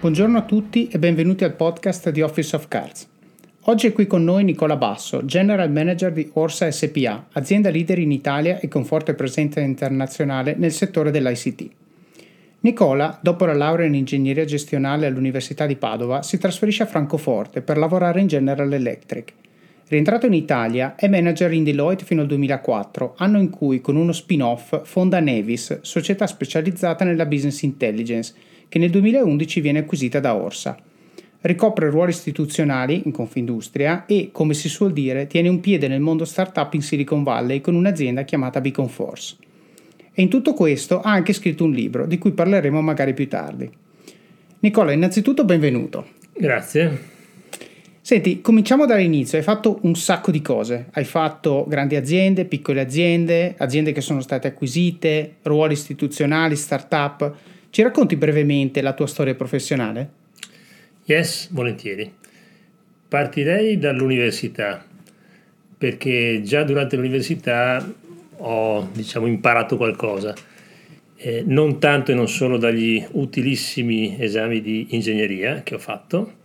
Buongiorno a tutti e benvenuti al podcast di Office of Cards. Oggi è qui con noi Nicola Basso, General Manager di Orsa SpA, azienda leader in Italia e con forte presenza internazionale nel settore dell'ICT. Nicola, dopo la laurea in ingegneria gestionale all'Università di Padova, si trasferisce a Francoforte per lavorare in General Electric. Rientrato in Italia, è manager in Deloitte fino al 2004, anno in cui, con uno spin-off, fonda Nevis, società specializzata nella business intelligence, che nel 2011 viene acquisita da Orsa. Ricopre ruoli istituzionali in Confindustria e, come si suol dire, tiene un piede nel mondo startup in Silicon Valley con un'azienda chiamata Beacon Force. E in tutto questo ha anche scritto un libro, di cui parleremo magari più tardi. Nicola, innanzitutto benvenuto. Grazie. Senti, cominciamo dall'inizio. Hai fatto un sacco di cose. Hai fatto grandi aziende, piccole aziende, aziende che sono state acquisite, ruoli istituzionali, startup. Ci racconti brevemente la tua storia professionale? Yes, volentieri. Partirei dall'università, perché già durante l'università ho, imparato qualcosa. Non tanto e non solo dagli utilissimi esami di ingegneria che ho fatto,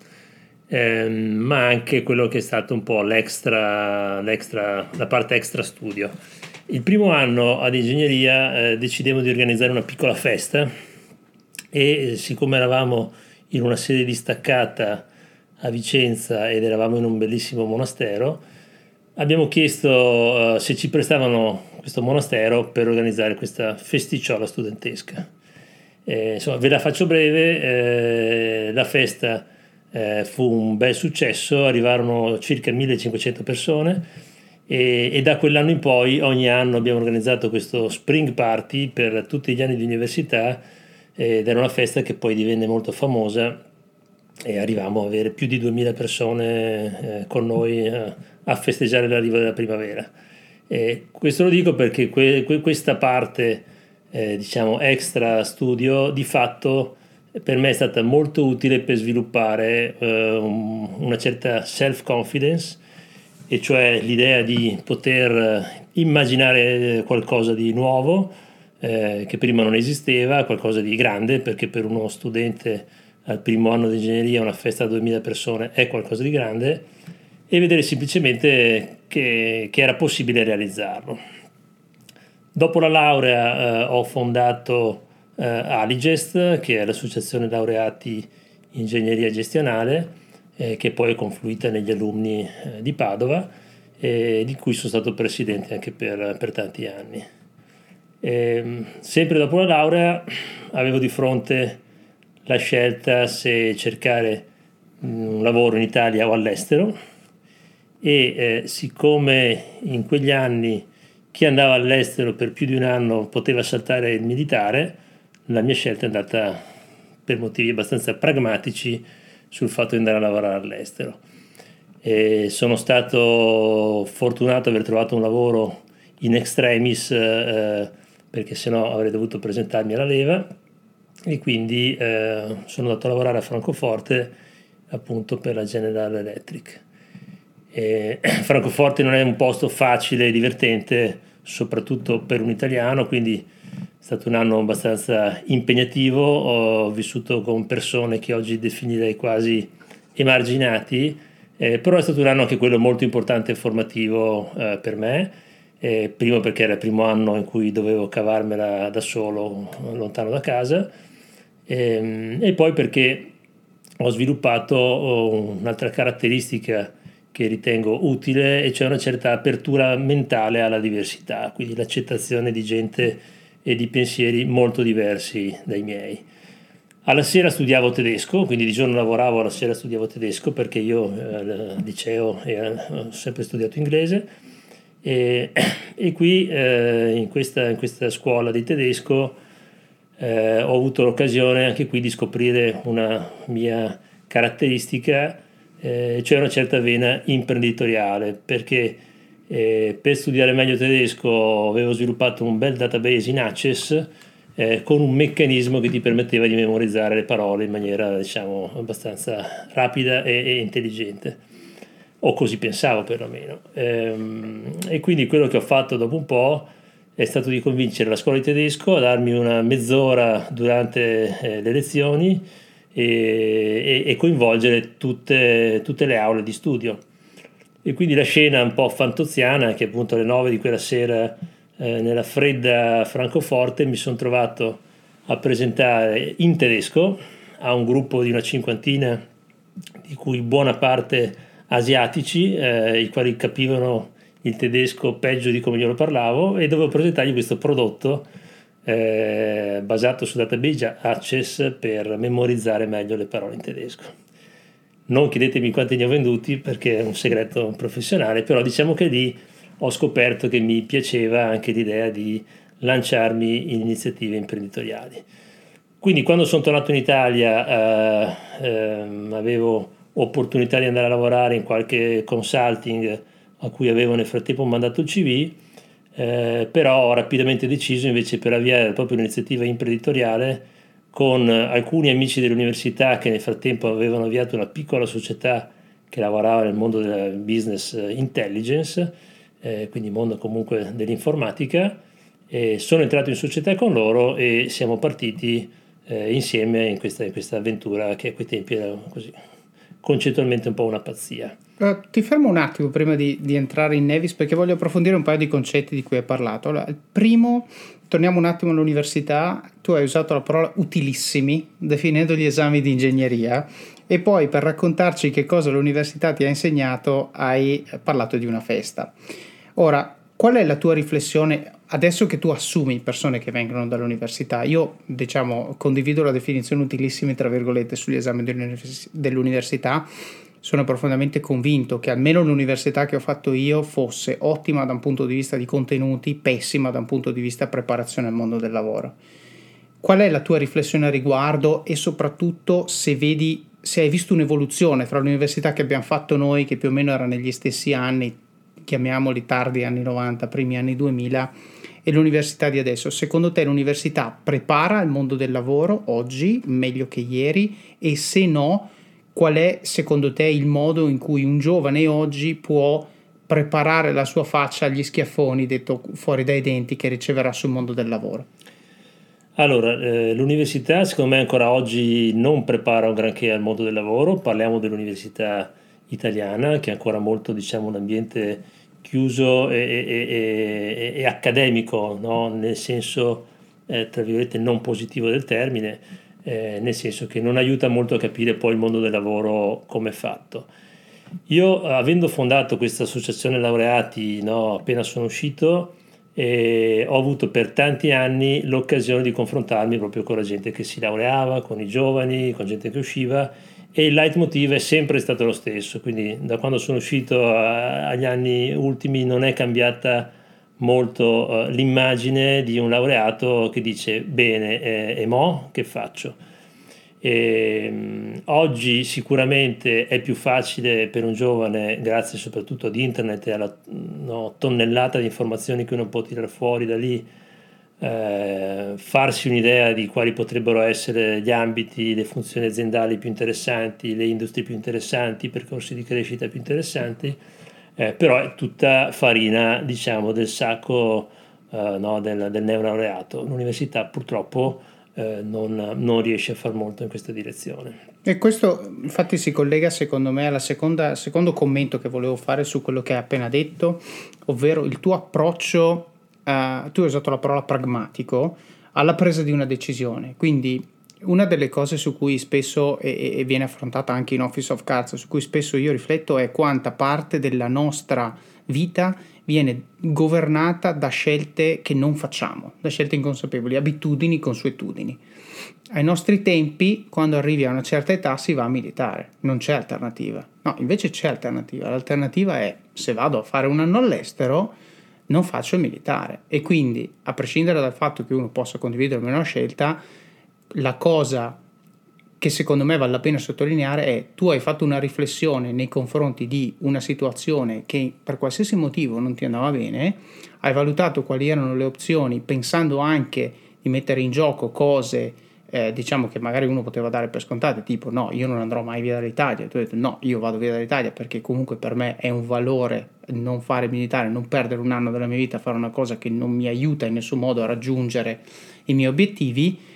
ma anche quello che è stato un po' la parte extra studio. Il primo anno ad ingegneria decidemmo di organizzare una piccola festa e siccome eravamo in una sede distaccata a Vicenza ed eravamo in un bellissimo monastero, abbiamo chiesto se ci prestavano questo monastero per organizzare questa festicciola studentesca. Insomma, ve la faccio breve, la festa fu un bel successo, arrivarono circa 1500 persone e da quell'anno in poi ogni anno abbiamo organizzato questo spring party per tutti gli anni di università ed era una festa che poi divenne molto famosa e arrivavamo a avere più di 2000 persone con noi a festeggiare l'arrivo della primavera. Questo lo dico perché questa parte extra studio di fatto per me è stata molto utile per sviluppare una certa self-confidence, e cioè l'idea di poter immaginare qualcosa di nuovo che prima non esisteva, qualcosa di grande, perché per uno studente al primo anno di ingegneria una festa da 2000 persone è qualcosa di grande, e vedere semplicemente che era possibile realizzarlo. Dopo la laurea ho fondato Aligest, che è l'associazione laureati in ingegneria gestionale, che poi è confluita negli alunni di Padova, di cui sono stato presidente anche per tanti anni. Sempre dopo la laurea avevo di fronte la scelta se cercare un lavoro in Italia o all'estero e siccome in quegli anni chi andava all'estero per più di un anno poteva saltare il militare, la mia scelta è andata per motivi abbastanza pragmatici sul fatto di andare a lavorare all'estero. Sono stato fortunato ad aver trovato un lavoro in extremis perché sennò avrei dovuto presentarmi alla leva, e quindi sono andato a lavorare a Francoforte appunto per la General Electric. Francoforte non è un posto facile e divertente, soprattutto per un italiano, quindi è stato un anno abbastanza impegnativo. Ho vissuto con persone che oggi definirei quasi emarginati, però è stato un anno anche quello molto importante e formativo per me. Primo perché era il primo anno in cui dovevo cavarmela da solo lontano da casa, e poi perché ho sviluppato un'altra caratteristica che ritengo utile, e cioè una certa apertura mentale alla diversità, quindi l'accettazione di gente e di pensieri molto diversi dai miei. Alla sera studiavo tedesco, quindi di giorno lavoravo, alla sera studiavo tedesco perché io al liceo ho sempre studiato inglese. E qui in questa scuola di tedesco ho avuto l'occasione anche qui di scoprire una mia caratteristica, cioè una certa vena imprenditoriale, perché per studiare meglio tedesco avevo sviluppato un bel database in Access con un meccanismo che ti permetteva di memorizzare le parole in maniera abbastanza rapida e intelligente. O così pensavo perlomeno, e quindi quello che ho fatto dopo un po' è stato di convincere la scuola di tedesco a darmi una mezz'ora durante le lezioni e coinvolgere tutte le aule di studio. E quindi la scena un po' fantoziana, che appunto alle 9 di quella sera nella fredda Francoforte mi sono trovato a presentare in tedesco a un gruppo di una cinquantina, di cui buona parte asiatici, i quali capivano il tedesco peggio di come io lo parlavo, e dovevo presentargli questo prodotto basato su Database Access per memorizzare meglio le parole in tedesco. Non chiedetemi quanti ne ho venduti perché è un segreto professionale, però diciamo che lì ho scoperto che mi piaceva anche l'idea di lanciarmi in iniziative imprenditoriali. Quindi quando sono tornato in Italia avevo opportunità di andare a lavorare in qualche consulting a cui avevo nel frattempo mandato il CV, però ho rapidamente deciso invece per avviare proprio un'iniziativa imprenditoriale con alcuni amici dell'università che nel frattempo avevano avviato una piccola società che lavorava nel mondo della business intelligence, quindi mondo comunque dell'informatica. Sono entrato in società con loro e siamo partiti insieme in questa avventura che a quei tempi era così concettualmente un po' una pazzia. Ti fermo un attimo prima di entrare in Nevis, perché voglio approfondire un paio di concetti di cui hai parlato. Allora, il primo, torniamo un attimo all'università. Tu hai usato la parola utilissimi definendo gli esami di ingegneria, e poi per raccontarci che cosa l'università ti ha insegnato hai parlato di una festa. Ora, qual è la tua riflessione adesso che tu assumi persone che vengono dall'università? Io, diciamo, condivido la definizione utilissimi tra virgolette sugli esami dell'università. Sono profondamente convinto che almeno l'università che ho fatto io fosse ottima da un punto di vista di contenuti, pessima da un punto di vista preparazione al mondo del lavoro. Qual è la tua riflessione a riguardo, e soprattutto se hai visto un'evoluzione tra l'università che abbiamo fatto noi, che più o meno era negli stessi anni, chiamiamoli tardi anni 90, primi anni 2000, e l'università di adesso? Secondo te l'università prepara al mondo del lavoro oggi meglio che ieri? E se no, qual è secondo te il modo in cui un giovane oggi può preparare la sua faccia agli schiaffoni, detto fuori dai denti, che riceverà sul mondo del lavoro? Allora, l'università secondo me ancora oggi non prepara un granché al mondo del lavoro. Parliamo dell'università italiana, che è ancora molto, diciamo, un ambiente chiuso e accademico, no? Nel senso, tra virgolette, non positivo del termine, nel senso che non aiuta molto a capire poi il mondo del lavoro come è fatto. Io, avendo fondato questa associazione laureati, no, appena sono uscito, ho avuto per tanti anni l'occasione di confrontarmi proprio con la gente che si laureava, con i giovani, con gente che usciva, e il leitmotiv è sempre stato lo stesso. Quindi da quando sono uscito agli anni ultimi non è cambiata molto l'immagine di un laureato che dice bene, e mo che faccio? Oggi sicuramente è più facile per un giovane, grazie soprattutto ad internet e alla tonnellata di informazioni che uno può tirare fuori da lì, farsi un'idea di quali potrebbero essere gli ambiti, le funzioni aziendali più interessanti, le industrie più interessanti, i percorsi di crescita più interessanti, però è tutta farina, diciamo, del sacco del neolaureato. L'università purtroppo non riesce a far molto in questa direzione. E questo infatti si collega secondo me al secondo commento che volevo fare su quello che hai appena detto, ovvero il tuo approccio, tu hai usato la parola pragmatico, alla presa di una decisione. Quindi una delle cose su cui spesso e viene affrontata anche in Office of Cards, su cui spesso io rifletto, è quanta parte della nostra vita viene governata da scelte che non facciamo, da scelte inconsapevoli, abitudini, consuetudini. Ai nostri tempi, quando arrivi a una certa età, si va a militare, non c'è alternativa. No, invece c'è alternativa. L'alternativa è: se vado a fare un anno all'estero, non faccio il militare. E quindi, a prescindere dal fatto che uno possa condividere una scelta, la cosa che secondo me vale la pena sottolineare è: tu hai fatto una riflessione nei confronti di una situazione che per qualsiasi motivo non ti andava bene, hai valutato quali erano le opzioni, pensando anche di mettere in gioco cose diciamo che magari uno poteva dare per scontate, tipo no, io non andrò mai via dall'Italia. Tu hai detto no, io vado via dall'Italia perché comunque per me è un valore non fare militare, non perdere un anno della mia vita a fare una cosa che non mi aiuta in nessun modo a raggiungere i miei obiettivi.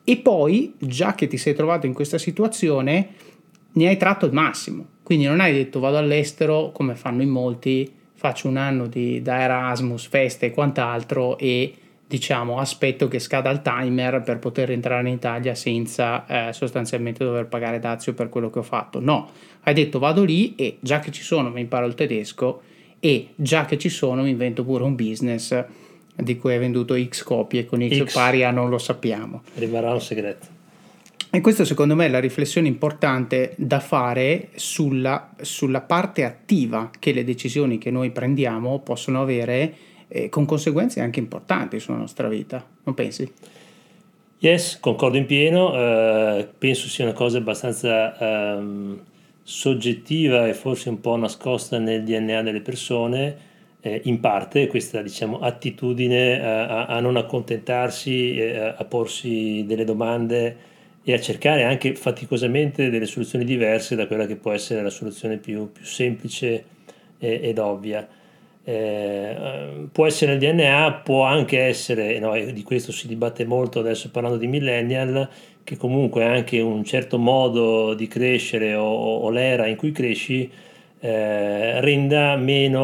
e poi, già che ti sei trovato in questa situazione, ne hai tratto il massimo. Quindi non hai detto vado all'estero, come fanno in molti, faccio un anno da Erasmus, feste e quant'altro e diciamo aspetto che scada il timer per poter rientrare in Italia senza sostanzialmente dover pagare dazio per quello che ho fatto. No, hai detto vado lì e già che ci sono mi imparo il tedesco e già che ci sono mi invento pure un business di cui hai venduto X copie con X pari a non lo sappiamo. Rimarrà un segreto. E questo secondo me è la riflessione importante da fare sulla parte attiva che le decisioni che noi prendiamo possono avere con conseguenze anche importanti sulla nostra vita, non pensi? Yes, concordo in pieno, penso sia una cosa abbastanza soggettiva e forse un po' nascosta nel DNA delle persone, in parte questa diciamo attitudine a non accontentarsi, a porsi delle domande e a cercare anche faticosamente delle soluzioni diverse da quella che può essere la soluzione più semplice ed ovvia. Può essere il DNA, può anche essere, no, e di questo si dibatte molto adesso parlando di millennial, che comunque anche un certo modo di crescere o l'era in cui cresci renda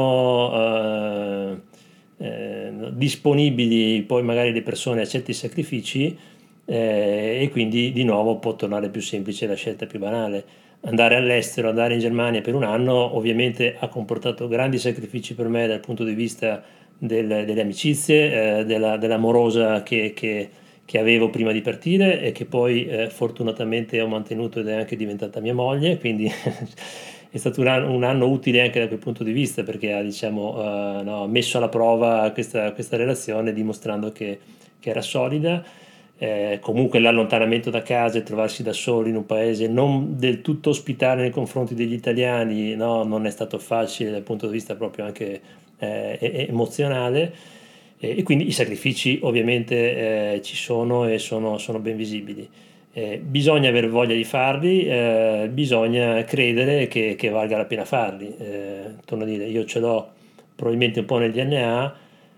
meno disponibili poi magari le persone a certi sacrifici, e quindi di nuovo può tornare più semplice la scelta più banale. Andare all'estero, andare in Germania per un anno ovviamente ha comportato grandi sacrifici per me dal punto di vista delle amicizie, dell'amorosa che avevo prima di partire e che poi fortunatamente ho mantenuto ed è anche diventata mia moglie, quindi è stato un anno utile anche da quel punto di vista perché ha diciamo, no, messo alla prova questa relazione dimostrando che era solida. Comunque l'allontanamento da casa e trovarsi da soli in un paese non del tutto ospitale nei confronti degli italiani, no, non è stato facile dal punto di vista proprio anche emozionale, e quindi i sacrifici ovviamente ci sono e sono ben visibili. Bisogna avere voglia di farli, bisogna credere che valga la pena farli. Torno a dire, io ce l'ho probabilmente un po' nel DNA.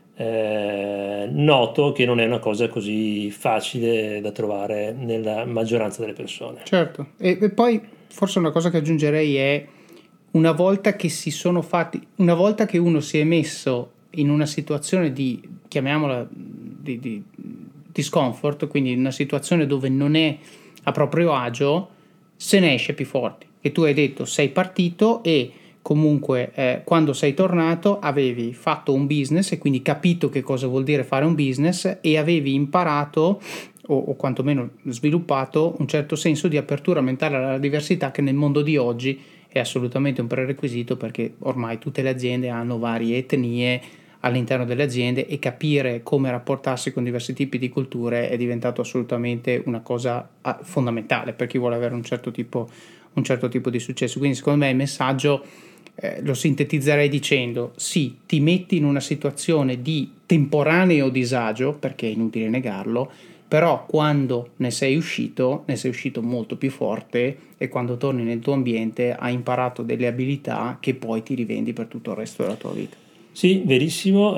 Noto che non è una cosa così facile da trovare nella maggioranza delle persone. Certo, e poi forse una cosa che aggiungerei è una volta che una volta che uno si è messo in una situazione di, chiamiamola, di discomfort, quindi in una situazione dove non è a proprio agio, se ne esce più forti. E tu hai detto sei partito e comunque quando sei tornato avevi fatto un business e quindi capito che cosa vuol dire fare un business e avevi imparato o quantomeno sviluppato un certo senso di apertura mentale alla diversità che nel mondo di oggi è assolutamente un prerequisito perché ormai tutte le aziende hanno varie etnie all'interno delle aziende e capire come rapportarsi con diversi tipi di culture è diventato assolutamente una cosa fondamentale per chi vuole avere un certo tipo di successo. Quindi secondo me il messaggio lo sintetizzerei dicendo sì, ti metti in una situazione di temporaneo disagio perché è inutile negarlo, però quando ne sei uscito molto più forte e quando torni nel tuo ambiente hai imparato delle abilità che poi ti rivendi per tutto il resto della tua vita. Sì, verissimo.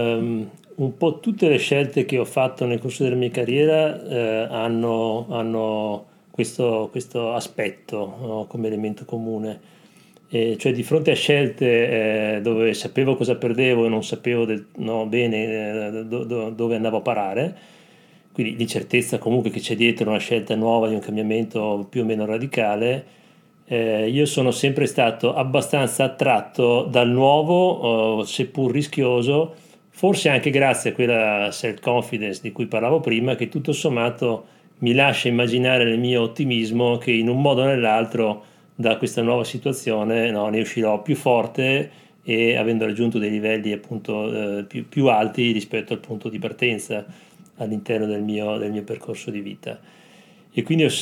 Un po' tutte le scelte che ho fatto nel corso della mia carriera hanno questo aspetto, no, come elemento comune. Cioè di fronte a scelte dove sapevo cosa perdevo e non sapevo bene dove andavo a parare, quindi l'incertezza comunque che c'è dietro una scelta nuova di un cambiamento più o meno radicale, io sono sempre stato abbastanza attratto dal nuovo, seppur rischioso, forse anche grazie a quella self-confidence di cui parlavo prima, che tutto sommato mi lascia immaginare nel mio ottimismo che in un modo o nell'altro da questa nuova situazione, no, ne uscirò più forte e avendo raggiunto dei livelli appunto più alti rispetto al punto di partenza all'interno del mio percorso di vita. E quindi ho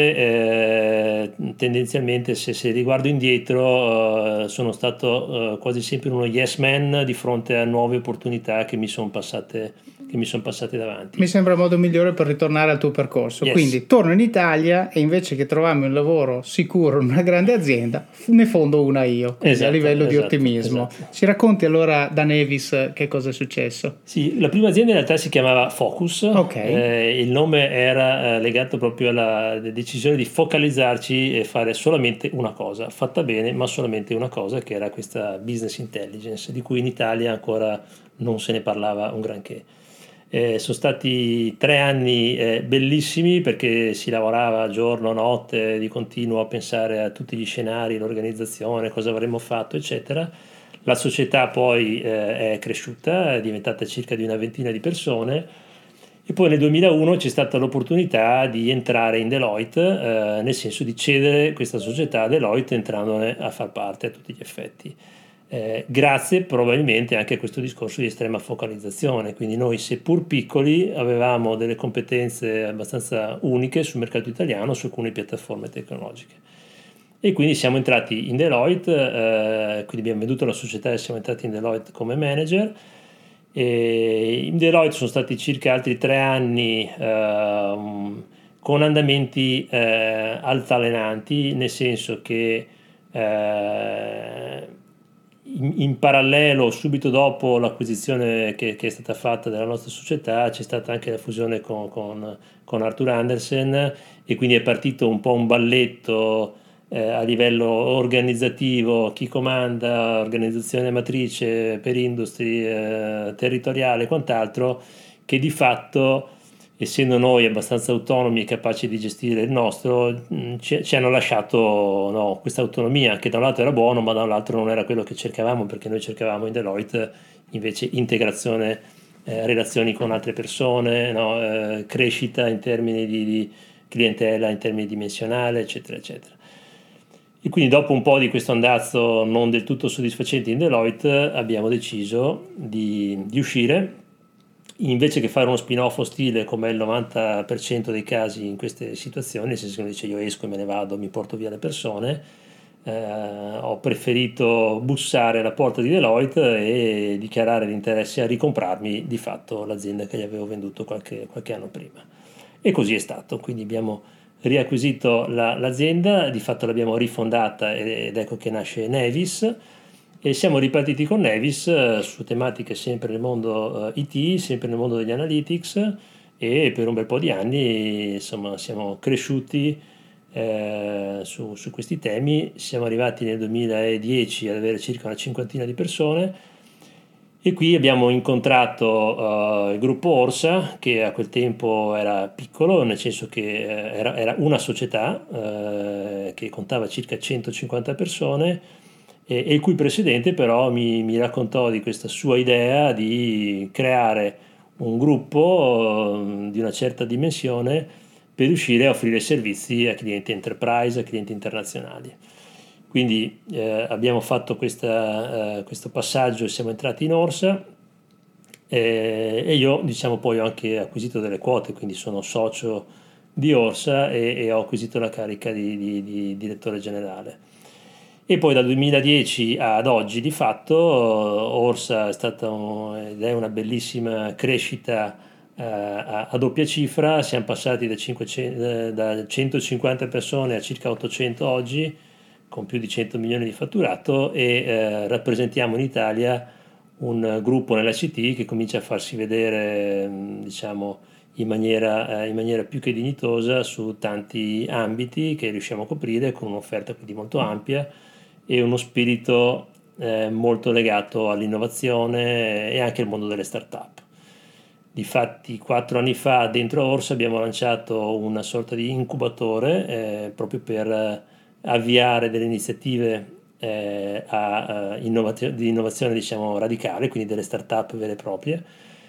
sempre tendenzialmente, se riguardo indietro, sono stato quasi sempre uno yes man di fronte a nuove opportunità che mi sono passate che mi sono passate davanti. Mi sembra il modo migliore per ritornare al tuo percorso. Yes. Quindi torno in Italia e invece che trovarmi un lavoro sicuro in una grande azienda, ne fondo una io, quindi a livello di ottimismo. Ci racconti allora da Nevis che cosa è successo? Sì, la prima azienda in realtà si chiamava Focus. Okay. Il nome era legato proprio alla decisione di focalizzarci e fare solamente una cosa, fatta bene, ma solamente una cosa, che era questa business intelligence, di cui in Italia ancora non se ne parlava un granché. Sono stati 3 anni bellissimi, perché si lavorava giorno, notte, di continuo a pensare a tutti gli scenari, l'organizzazione, cosa avremmo fatto, eccetera. La società poi è cresciuta, è diventata circa di una ventina di persone, e poi nel 2001 c'è stata l'opportunità di entrare in Deloitte, nel senso di cedere questa società a Deloitte, entrandone a far parte a tutti gli effetti. Grazie probabilmente anche a questo discorso di estrema focalizzazione. Quindi noi, seppur piccoli, avevamo delle competenze abbastanza uniche sul mercato italiano su alcune piattaforme tecnologiche, e quindi siamo entrati in Deloitte, quindi abbiamo venduto la società e siamo entrati in Deloitte come manager. E in Deloitte sono stati circa altri 3 anni con andamenti altalenanti, nel senso che in parallelo, subito dopo l'acquisizione che è stata fatta della nostra società, c'è stata anche la fusione con Arthur Andersen, e quindi è partito un po' un balletto a livello organizzativo, chi comanda, organizzazione matrice per industry, territoriale e quant'altro, che di fatto, essendo noi abbastanza autonomi e capaci di gestire il nostro, ci hanno lasciato questa autonomia, che da un lato era buono, ma da un altro non era quello che cercavamo, perché noi cercavamo in Deloitte invece integrazione, relazioni con altre persone, crescita in termini di clientela, in termini dimensionale, eccetera, eccetera. E quindi, dopo un po' di questo andazzo non del tutto soddisfacente in Deloitte, abbiamo deciso di uscire. Invece che fare uno spin-off ostile, come è il 90% dei casi in queste situazioni, nel senso che dice io esco e me ne vado, mi porto via le persone, ho preferito bussare alla porta di Deloitte e dichiarare l'interesse a ricomprarmi di fatto l'azienda che gli avevo venduto qualche anno prima. E così è stato. Quindi abbiamo riacquisito l'azienda, di fatto l'abbiamo rifondata, ed ecco che nasce Nevis, e siamo ripartiti con Nevis su tematiche sempre nel mondo IT, sempre nel mondo degli analytics, e per un bel po' di anni insomma siamo cresciuti su questi temi. Siamo arrivati nel 2010 ad avere circa una cinquantina di persone, e qui abbiamo incontrato il gruppo Orsa, che a quel tempo era piccolo, nel senso che era una società che contava circa 150 persone, e il cui presidente però mi raccontò di questa sua idea di creare un gruppo di una certa dimensione per riuscire a offrire servizi a clienti enterprise, a clienti internazionali. Quindi abbiamo fatto questo passaggio, siamo entrati in Orsa, e io poi ho anche acquisito delle quote, quindi sono socio di Orsa e ho acquisito la carica di direttore generale. E poi dal 2010 ad oggi di fatto Orsa è stata ed è una bellissima crescita a doppia cifra. Siamo passati da 150 persone a circa 800 oggi, con più di 100 milioni di fatturato, e rappresentiamo in Italia un gruppo nell'ICT che comincia a farsi vedere in maniera più che dignitosa su tanti ambiti che riusciamo a coprire, con un'offerta quindi molto ampia e uno spirito molto legato all'innovazione e anche al mondo delle start-up. Difatti 4 anni fa dentro Orsa abbiamo lanciato una sorta di incubatore proprio per avviare delle iniziative di innovazione radicale, quindi delle start-up vere e proprie,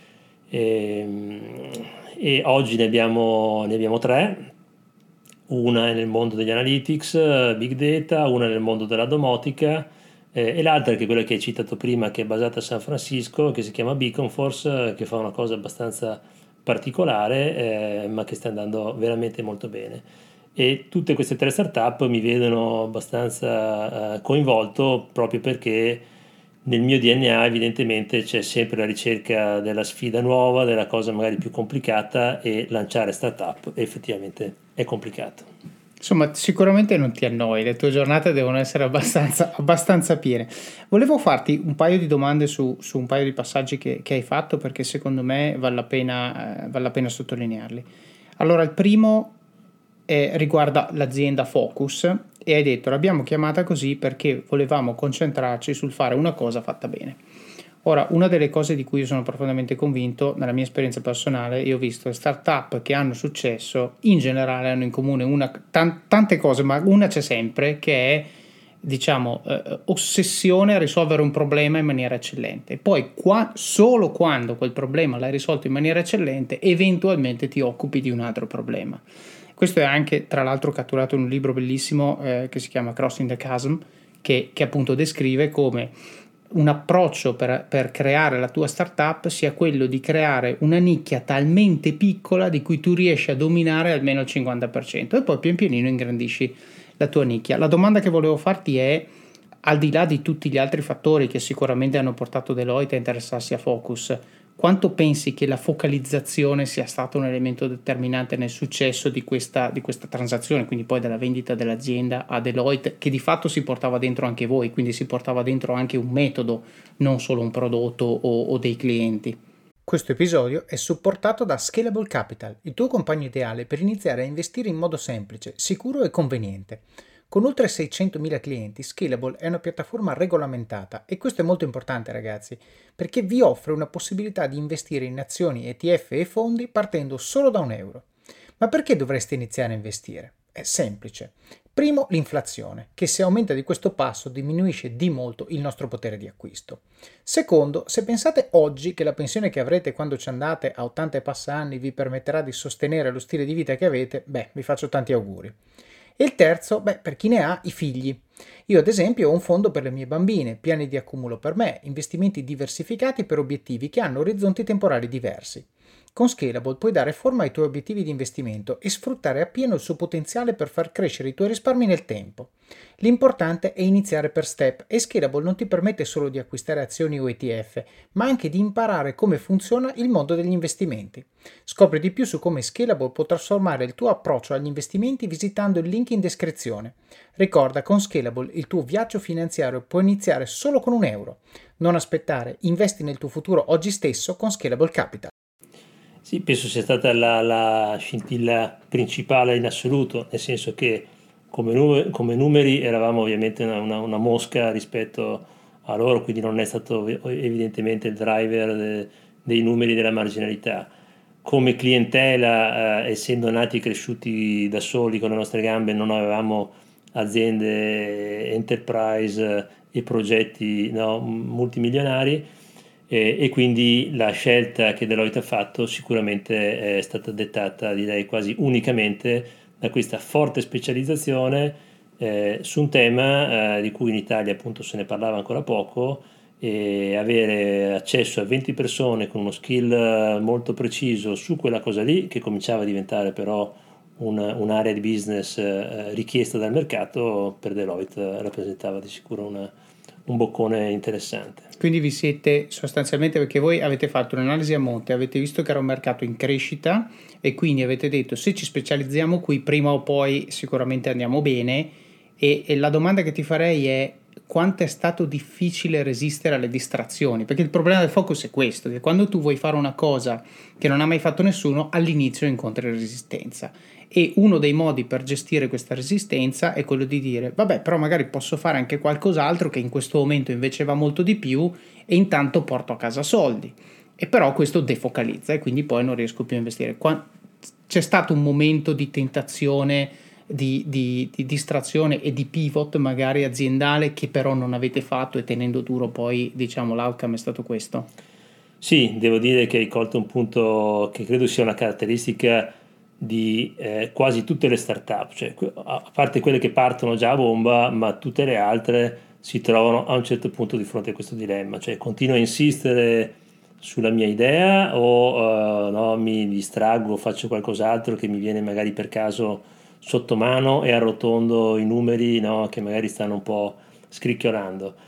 e oggi ne abbiamo 3. Una è nel mondo degli analytics, big data, una nel mondo della domotica, e l'altra, che è quella che hai citato prima, che è basata a San Francisco, che si chiama Beacon Force, che fa una cosa abbastanza particolare, ma che sta andando veramente molto bene. E tutte queste 3 startup mi vedono abbastanza coinvolto, proprio perché nel mio DNA evidentemente c'è sempre la ricerca della sfida nuova, della cosa magari più complicata, e lanciare startup effettivamente è complicato. Insomma, sicuramente non ti annoi, le tue giornate devono essere abbastanza piene. Volevo farti un paio di domande su un paio di passaggi che hai fatto, perché secondo me vale la pena sottolinearli. Allora, il primo riguarda l'azienda Focus e hai detto l'abbiamo chiamata così perché volevamo concentrarci sul fare una cosa fatta bene. Ora, una delle cose di cui io sono profondamente convinto, nella mia esperienza personale, io ho visto startup che hanno successo, in generale hanno in comune tante cose, ma una c'è sempre, che è, diciamo, ossessione a risolvere un problema in maniera eccellente. Poi, solo quando quel problema l'hai risolto in maniera eccellente, eventualmente ti occupi di un altro problema. Questo è anche, tra l'altro, catturato in un libro bellissimo che si chiama Crossing the Chasm, che appunto descrive come un approccio per creare la tua startup sia quello di creare una nicchia talmente piccola di cui tu riesci a dominare almeno il 50% e poi pian pianino ingrandisci la tua nicchia. La domanda che volevo farti è, al di là di tutti gli altri fattori che sicuramente hanno portato Deloitte a interessarsi a Focus, quanto pensi che la focalizzazione sia stato un elemento determinante nel successo di questa transazione, quindi poi dalla vendita dell'azienda a Deloitte, che di fatto si portava dentro anche voi, quindi si portava dentro anche un metodo, non solo un prodotto o dei clienti? Questo episodio è supportato da Scalable Capital, il tuo compagno ideale per iniziare a investire in modo semplice, sicuro e conveniente. Con oltre 600.000 clienti, Scalable è una piattaforma regolamentata e questo è molto importante, ragazzi, perché vi offre una possibilità di investire in azioni, ETF e fondi partendo solo da €1. Ma perché dovreste iniziare a investire? È semplice. Primo, l'inflazione, che se aumenta di questo passo diminuisce di molto il nostro potere di acquisto. Secondo, se pensate oggi che la pensione che avrete quando ci andate a 80 e passa anni vi permetterà di sostenere lo stile di vita che avete, vi faccio tanti auguri. E il terzo, per chi ne ha, i figli. Io ad esempio ho un fondo per le mie bambine, piani di accumulo per me, investimenti diversificati per obiettivi che hanno orizzonti temporali diversi. Con Scalable puoi dare forma ai tuoi obiettivi di investimento e sfruttare appieno il suo potenziale per far crescere i tuoi risparmi nel tempo. L'importante è iniziare per step e Scalable non ti permette solo di acquistare azioni o ETF, ma anche di imparare come funziona il mondo degli investimenti. Scopri di più su come Scalable può trasformare il tuo approccio agli investimenti visitando il link in descrizione. Ricorda, con Scalable il tuo viaggio finanziario può iniziare solo con €1. Non aspettare, investi nel tuo futuro oggi stesso con Scalable Capital. Sì, penso sia stata la scintilla principale in assoluto, nel senso che come numeri eravamo ovviamente una mosca rispetto a loro, quindi non è stato evidentemente il driver dei numeri della marginalità. Come clientela, essendo nati e cresciuti da soli con le nostre gambe, non avevamo aziende enterprise e progetti, no, multimilionari, e quindi la scelta che Deloitte ha fatto sicuramente è stata dettata, direi quasi unicamente, da questa forte specializzazione su un tema di cui in Italia appunto se ne parlava ancora poco, e avere accesso a 20 persone con uno skill molto preciso su quella cosa lì, che cominciava a diventare però un'area di business richiesta dal mercato, per Deloitte rappresentava di sicuro un boccone interessante. Quindi vi siete sostanzialmente, perché voi avete fatto un'analisi a monte, avete visto che era un mercato in crescita e quindi avete detto se ci specializziamo qui prima o poi sicuramente andiamo bene, e la domanda che ti farei è quanto è stato difficile resistere alle distrazioni, perché il problema del focus è questo, che quando tu vuoi fare una cosa che non ha mai fatto nessuno, all'inizio incontri resistenza. E uno dei modi per gestire questa resistenza è quello di dire vabbè, però magari posso fare anche qualcos'altro che in questo momento invece va molto di più e intanto porto a casa soldi, e però questo defocalizza e quindi poi non riesco più a investire. C'è stato un momento di tentazione, di distrazione e di pivot magari aziendale che però non avete fatto, e tenendo duro poi diciamo l'outcome è stato questo? Sì, devo dire che hai colto un punto che credo sia una caratteristica di quasi tutte le start-up, cioè a parte quelle che partono già a bomba, ma tutte le altre si trovano a un certo punto di fronte a questo dilemma, cioè continuo a insistere sulla mia idea o no, mi distraggo, faccio qualcos'altro che mi viene magari per caso sotto mano e arrotondo i numeri, no, che magari stanno un po' scricchiolando.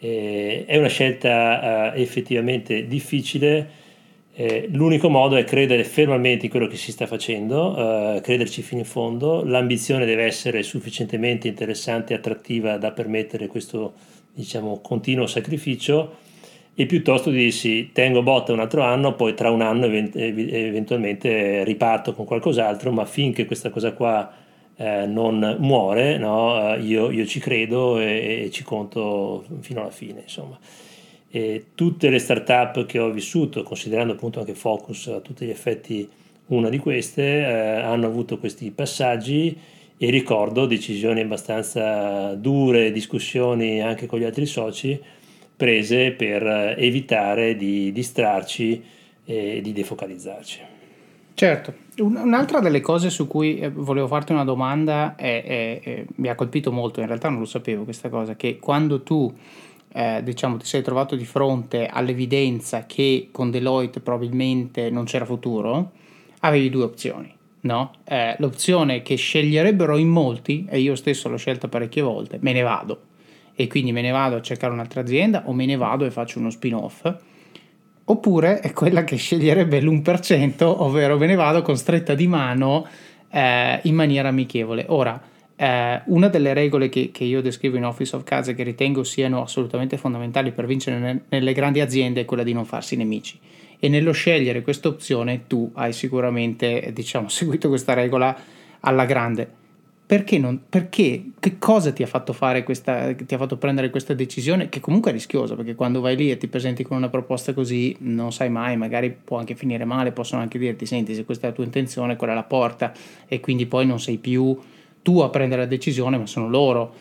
È una scelta effettivamente difficile. L'unico modo è credere fermamente in quello che si sta facendo, crederci fino in fondo. L'ambizione deve essere sufficientemente interessante e attrattiva da permettere questo, diciamo, continuo sacrificio, e piuttosto di dirsi tengo botta un altro anno, poi tra un anno eventualmente riparto con qualcos'altro, ma finché questa cosa qua non muore, no? Io ci credo e ci conto fino alla fine, insomma. E tutte le start-up che ho vissuto, considerando appunto anche Focus a tutti gli effetti una di queste, hanno avuto questi passaggi, e ricordo decisioni abbastanza dure, discussioni anche con gli altri soci prese per evitare di distrarci e di defocalizzarci. Certo, un'altra delle cose su cui volevo farti una domanda mi ha colpito molto, in realtà non lo sapevo questa cosa, che quando tu diciamo ti sei trovato di fronte all'evidenza che con Deloitte probabilmente non c'era futuro, avevi due opzioni, no? L'opzione che sceglierebbero in molti, e io stesso l'ho scelta parecchie volte: me ne vado, e quindi me ne vado a cercare un'altra azienda, o me ne vado e faccio uno spin-off. Oppure è quella che sceglierebbe l'1%, ovvero me ne vado con stretta di mano in maniera amichevole. Ora, una delle regole che io descrivo in Office of Cards e che ritengo siano assolutamente fondamentali per vincere nelle grandi aziende è quella di non farsi nemici. E nello scegliere questa opzione tu hai sicuramente, diciamo, seguito questa regola alla grande. Perché? Che cosa ti ha fatto fare ti ha fatto prendere questa decisione, che comunque è rischiosa, perché quando vai lì e ti presenti con una proposta così non sai mai, magari può anche finire male, possono anche dirti: senti, se questa è la tua intenzione, quella è la porta, e quindi poi non sei più tu a prendere la decisione, ma sono loro.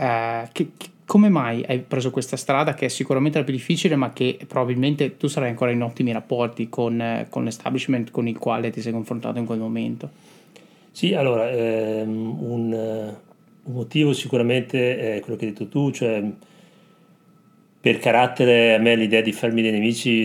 Come mai hai preso questa strada, che è sicuramente la più difficile, ma che probabilmente tu sarai ancora in ottimi rapporti con l'establishment con il quale ti sei confrontato in quel momento? Sì, allora, un motivo sicuramente è quello che hai detto tu, cioè per carattere a me l'idea di farmi dei nemici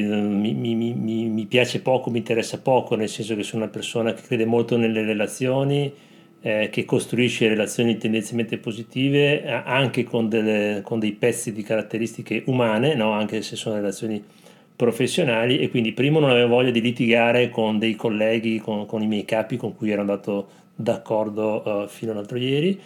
mi piace poco, mi interessa poco, nel senso che sono una persona che crede molto nelle relazioni, che costruisce relazioni tendenzialmente positive, anche con dei pezzi di caratteristiche umane, no? Anche se sono relazioni professionali, e quindi primo non avevo voglia di litigare con dei colleghi, con i miei capi con cui ero andato d'accordo fino all'altro ieri.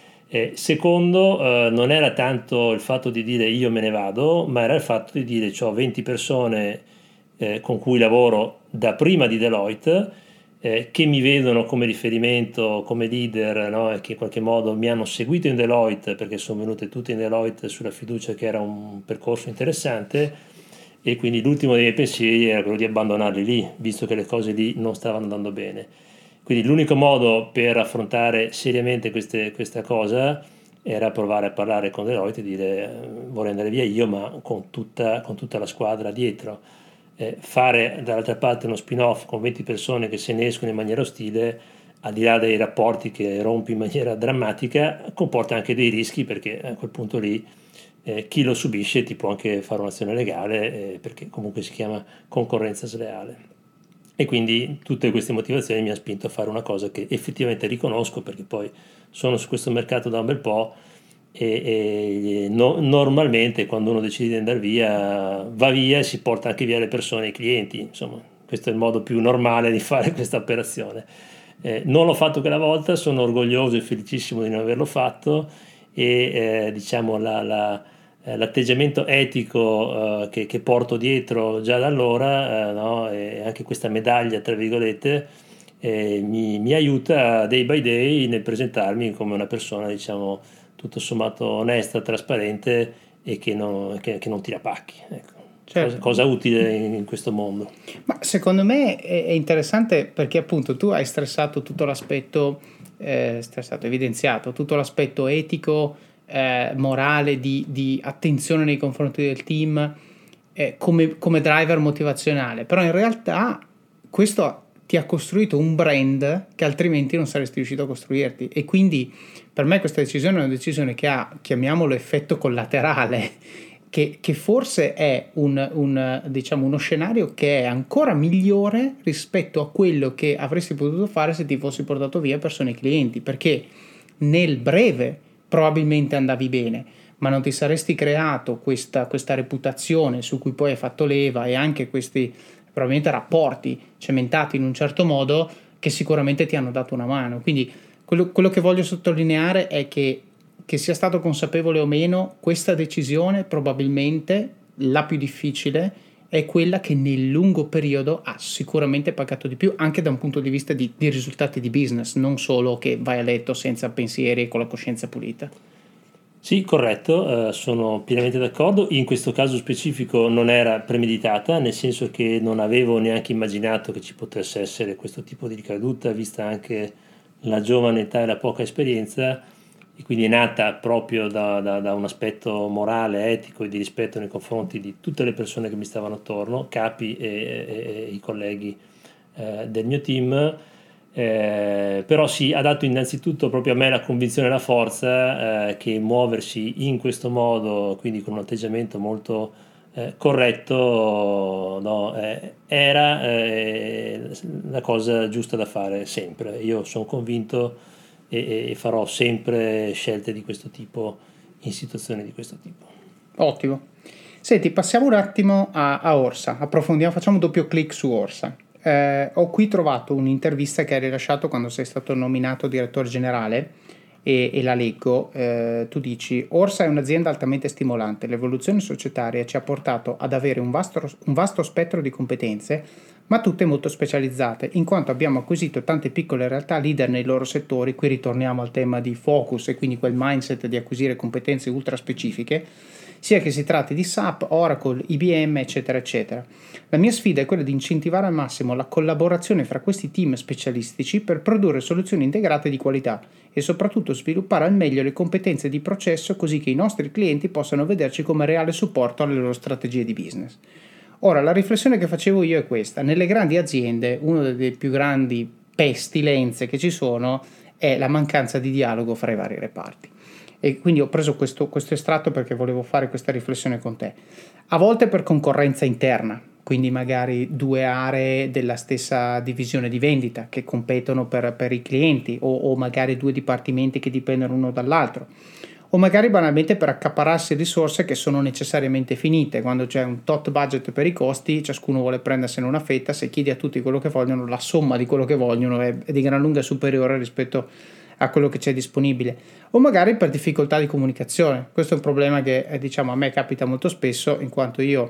Secondo, non era tanto il fatto di dire io me ne vado, ma era il fatto di dire ho 20 persone con cui lavoro da prima di Deloitte, che mi vedono come riferimento, come leader, no? E che in qualche modo mi hanno seguito in Deloitte, perché sono venute tutte in Deloitte sulla fiducia che era un percorso interessante, e quindi l'ultimo dei miei pensieri era quello di abbandonarli lì, visto che le cose lì non stavano andando bene. Quindi l'unico modo per affrontare seriamente questa cosa era provare a parlare con Deloitte e dire vorrei andare via io, ma con tutta la squadra dietro. Fare dall'altra parte uno spin-off con 20 persone che se ne escono in maniera ostile, al di là dei rapporti che rompi in maniera drammatica, comporta anche dei rischi, perché a quel punto lì chi lo subisce ti può anche fare un'azione legale, perché comunque si chiama concorrenza sleale. E quindi tutte queste motivazioni mi hanno spinto a fare una cosa che effettivamente riconosco, perché poi sono su questo mercato da un bel po', e normalmente quando uno decide di andare via va via e si porta anche via le persone, i clienti, insomma questo è il modo più normale di fare questa operazione. Non l'ho fatto quella volta, sono orgoglioso e felicissimo di non averlo fatto, e diciamo l'atteggiamento etico che porto dietro già da allora, no? E anche questa medaglia tra virgolette mi aiuta day by day nel presentarmi come una persona, diciamo, tutto sommato onesta, trasparente, e che non tira pacchi, ecco. Certo. Cosa utile in questo mondo. Ma secondo me è interessante, perché appunto tu hai stressato tutto l'aspetto, evidenziato tutto l'aspetto etico, morale, di attenzione nei confronti del team, come driver motivazionale, però in realtà questo ti ha costruito un brand che altrimenti non saresti riuscito a costruirti, e quindi per me questa decisione è una decisione che ha, chiamiamolo, effetto collaterale, che forse è diciamo uno scenario che è ancora migliore rispetto a quello che avresti potuto fare se ti fossi portato via persone e clienti, perché nel breve probabilmente andavi bene, ma non ti saresti creato questa reputazione su cui poi hai fatto leva e anche questi probabilmente rapporti cementati in un certo modo che sicuramente ti hanno dato una mano. Quindi quello che voglio sottolineare è che sia stato consapevole o meno, questa decisione probabilmente la più difficile è quella che nel lungo periodo ha sicuramente pagato di più, anche da un punto di vista di risultati di business, non solo che vai a letto senza pensieri e con la coscienza pulita. Sì, corretto, sono pienamente d'accordo. In questo caso specifico non era premeditata, nel senso che non avevo neanche immaginato che ci potesse essere questo tipo di ricaduta, vista anche la giovane età e la poca esperienza, e quindi è nata proprio da un aspetto morale, etico e di rispetto nei confronti di tutte le persone che mi stavano attorno, capi e i colleghi del mio team. Però sì, ha dato innanzitutto proprio a me la convinzione e la forza che muoversi in questo modo, quindi con un atteggiamento molto corretto, no, era la cosa giusta da fare sempre. Io sono convinto e farò sempre scelte di questo tipo in situazioni di questo tipo. Ottimo. Senti, passiamo un attimo a Orsa, approfondiamo, facciamo un doppio clic su Orsa. Ho qui trovato un'intervista che hai rilasciato quando sei stato nominato direttore generale e la leggo. Tu dici: Orsa è un'azienda altamente stimolante, l'evoluzione societaria ci ha portato ad avere un vasto spettro di competenze, ma tutte molto specializzate, in quanto abbiamo acquisito tante piccole realtà leader nei loro settori. Qui ritorniamo al tema di focus e quindi quel mindset di acquisire competenze ultra specifiche, sia che si tratti di SAP, Oracle, IBM, eccetera, eccetera. La mia sfida è quella di incentivare al massimo la collaborazione fra questi team specialistici per produrre soluzioni integrate di qualità e soprattutto sviluppare al meglio le competenze di processo, così che i nostri clienti possano vederci come reale supporto alle loro strategie di business. Ora, la riflessione che facevo io è questa: nelle grandi aziende, una delle più grandi pestilenze che ci sono è la mancanza di dialogo fra i vari reparti. E quindi ho preso questo estratto perché volevo fare questa riflessione con te. A volte per concorrenza interna, quindi magari due aree della stessa divisione di vendita che competono per i clienti, o magari due dipartimenti che dipendono uno dall'altro, o magari banalmente per accaparrarsi risorse che sono necessariamente finite. Quando c'è un tot budget per i costi, ciascuno vuole prendersene una fetta. Se chiedi a tutti quello che vogliono, la somma di quello che vogliono è di gran lunga superiore rispetto a quello che c'è disponibile, o magari per difficoltà di comunicazione. Questo è un problema che diciamo a me capita molto spesso, in quanto io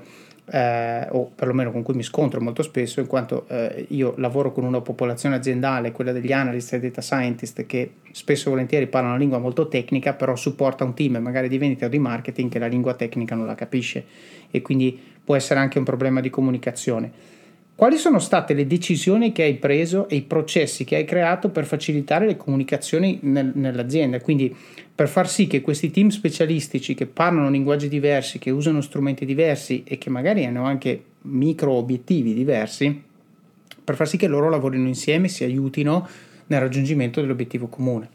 o perlomeno con cui mi scontro molto spesso, in quanto io lavoro con una popolazione aziendale, quella degli analyst e data scientist, che spesso e volentieri parlano una lingua molto tecnica, però supporta un team magari di vendita o di marketing che la lingua tecnica non la capisce, e quindi può essere anche un problema di comunicazione. Quali sono state le decisioni che hai preso e i processi che hai creato per facilitare le comunicazioni nell'azienda? Quindi per far sì che questi team specialistici che parlano linguaggi diversi, che usano strumenti diversi e che magari hanno anche micro obiettivi diversi, per far sì che loro lavorino insieme e si aiutino nel raggiungimento dell'obiettivo comune.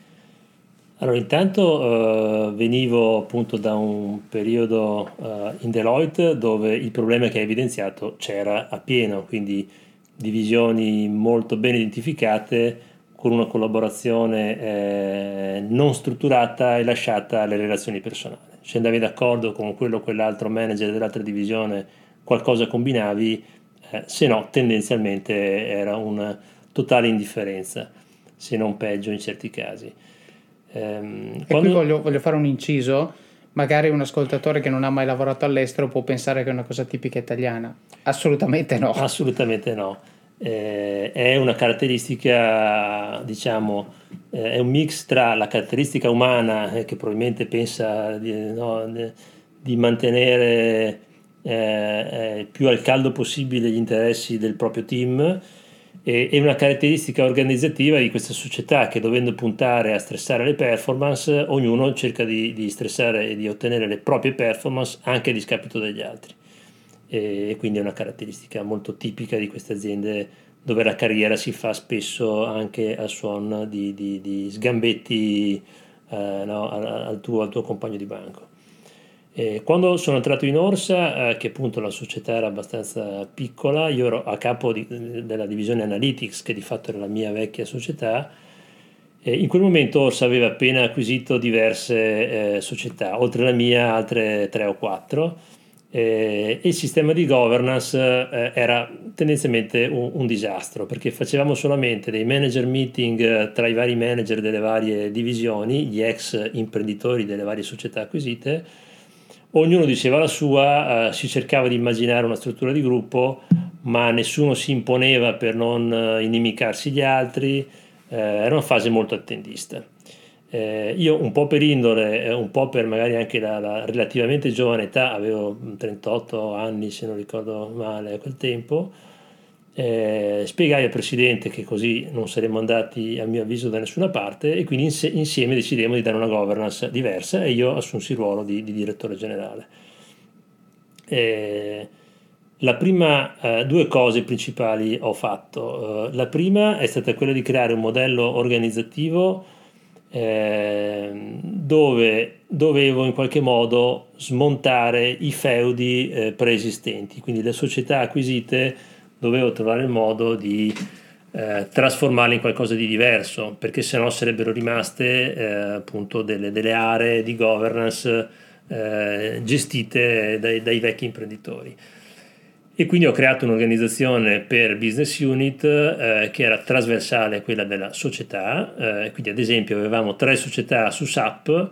Allora, intanto venivo appunto da un periodo in Deloitte dove il problema che hai evidenziato c'era a pieno, quindi divisioni molto ben identificate con una collaborazione non strutturata e lasciata alle relazioni personali. Se andavi d'accordo con quello o quell'altro manager dell'altra divisione, qualcosa combinavi, se no tendenzialmente era una totale indifferenza, se non peggio in certi casi. E qui voglio fare un inciso. Magari un ascoltatore che non ha mai lavorato all'estero può pensare che è una cosa tipica italiana. Assolutamente no. Assolutamente no. È una caratteristica, diciamo, è un mix tra la caratteristica umana che probabilmente pensa di mantenere più al caldo possibile gli interessi del proprio team, e una caratteristica organizzativa di questa società che, dovendo puntare a stressare le performance, ognuno cerca di stressare e di ottenere le proprie performance anche a discapito degli altri. E quindi è una caratteristica molto tipica di queste aziende dove la carriera si fa spesso anche a suon di sgambetti al tuo compagno di banco. Quando sono entrato in Orsa, che appunto la società era abbastanza piccola, io ero a capo della divisione Analytics, che di fatto era la mia vecchia società, In quel momento Orsa aveva appena acquisito diverse società, oltre alla mia altre 3 o 4, e il sistema di governance era tendenzialmente un disastro, perché facevamo solamente dei manager meeting tra i vari manager delle varie divisioni, gli ex imprenditori delle varie società acquisite. Ognuno diceva la sua, si cercava di immaginare una struttura di gruppo, ma nessuno si imponeva per non inimicarsi gli altri. Era una fase molto attendista. Io un po' per indole, un po' per magari anche la relativamente giovane età, avevo 38 anni se non ricordo male a quel tempo, spiegai al presidente che così non saremmo andati a mio avviso da nessuna parte, e quindi insieme decidemmo di dare una governance diversa, e io assunsi il ruolo di direttore generale. La prima, due cose principali ho fatto. La prima è stata quella di creare un modello organizzativo dove dovevo in qualche modo smontare i feudi preesistenti, quindi le società acquisite dovevo trovare il modo di trasformarle in qualcosa di diverso, perché sennò sarebbero rimaste appunto delle aree di governance gestite dai vecchi imprenditori. E quindi ho creato un'organizzazione per business unit che era trasversale a quella della società, quindi ad esempio avevamo 3 società su SAP,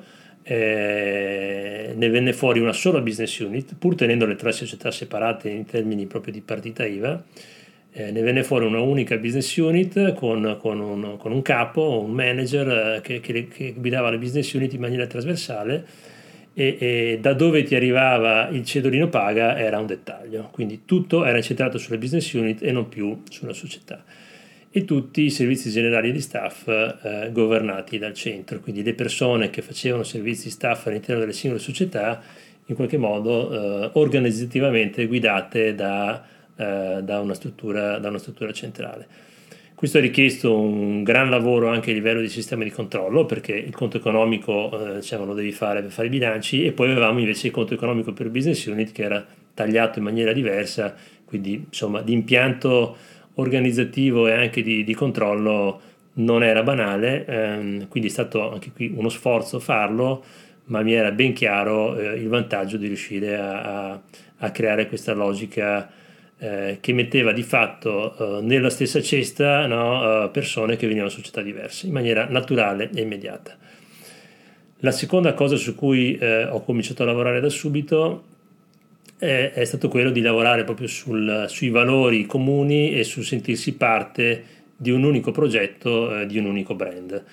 ne venne fuori una sola business unit, pur tenendo le 3 società separate in termini proprio di partita IVA. Ne venne fuori una unica business unit con un capo, un manager che guidava le business unit in maniera trasversale, e da dove ti arrivava il cedolino paga era un dettaglio, quindi tutto era incentrato sulle business unit e non più sulla società, e tutti i servizi generali di staff governati dal centro, quindi le persone che facevano servizi di staff all'interno delle singole società in qualche modo organizzativamente guidate da una struttura centrale. Questo ha richiesto un gran lavoro anche a livello di sistema di controllo, perché il conto economico lo devi fare per fare i bilanci, e poi avevamo invece il conto economico per business unit che era tagliato in maniera diversa, quindi insomma l'impianto organizzativo e anche di controllo non era banale, quindi è stato anche qui uno sforzo farlo, ma mi era ben chiaro il vantaggio di riuscire a creare questa logica che metteva di fatto nella stessa cesta, no, persone che venivano da società diverse in maniera naturale e immediata. La seconda cosa su cui ho cominciato a lavorare da subito è stato quello di lavorare proprio sui valori comuni e sul sentirsi parte di un unico progetto, di un unico brand.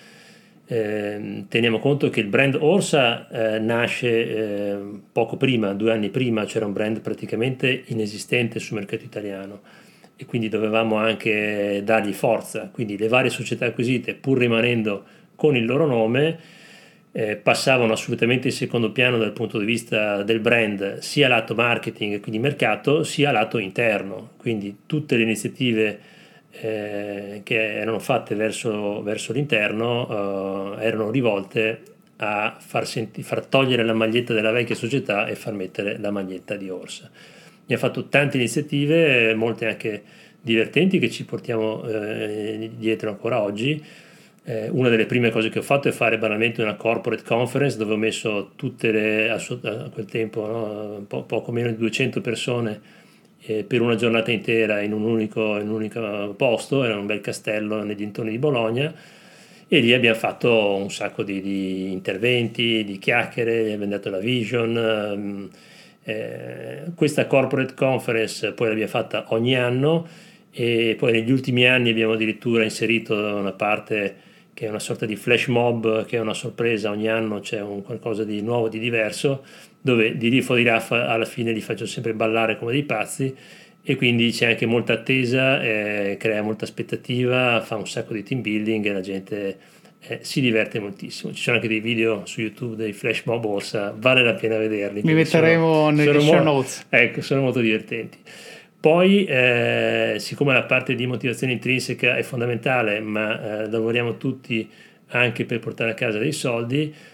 Teniamo conto che il brand Orsa nasce poco prima, 2 anni prima c'era un brand praticamente inesistente sul mercato italiano, e quindi dovevamo anche dargli forza, quindi le varie società acquisite, pur rimanendo con il loro nome, passavano assolutamente in secondo piano dal punto di vista del brand, sia lato marketing, quindi mercato, sia lato interno, quindi tutte le iniziative che erano fatte verso l'interno erano rivolte a far togliere la maglietta della vecchia società e far mettere la maglietta di Orsa. Mi ha fatto tante iniziative, molte anche divertenti, che ci portiamo dietro ancora oggi. Una delle prime cose che ho fatto è fare banalmente una corporate conference dove ho messo tutte a quel tempo, no, poco meno di 200 persone per una giornata intera in un unico posto, era un bel castello nei dintorni di Bologna, e lì abbiamo fatto un sacco di interventi, di chiacchiere, abbiamo dato la vision. Questa corporate conference poi l'abbiamo fatta ogni anno, e poi negli ultimi anni abbiamo addirittura inserito una parte che è una sorta di flash mob, che è una sorpresa, ogni anno c'è qualcosa di nuovo, di diverso, dove di rifo di raffa alla fine li faccio sempre ballare come dei pazzi, e quindi c'è anche molta attesa, crea molta aspettativa, fa un sacco di team building e la gente si diverte moltissimo. Ci sono anche dei video su YouTube dei flash mob Orsa, vale la pena vederli. Li metteremo nelle show notes. Ecco, sono molto divertenti. Poi, siccome la parte di motivazione intrinseca è fondamentale, ma lavoriamo tutti anche per portare a casa dei soldi,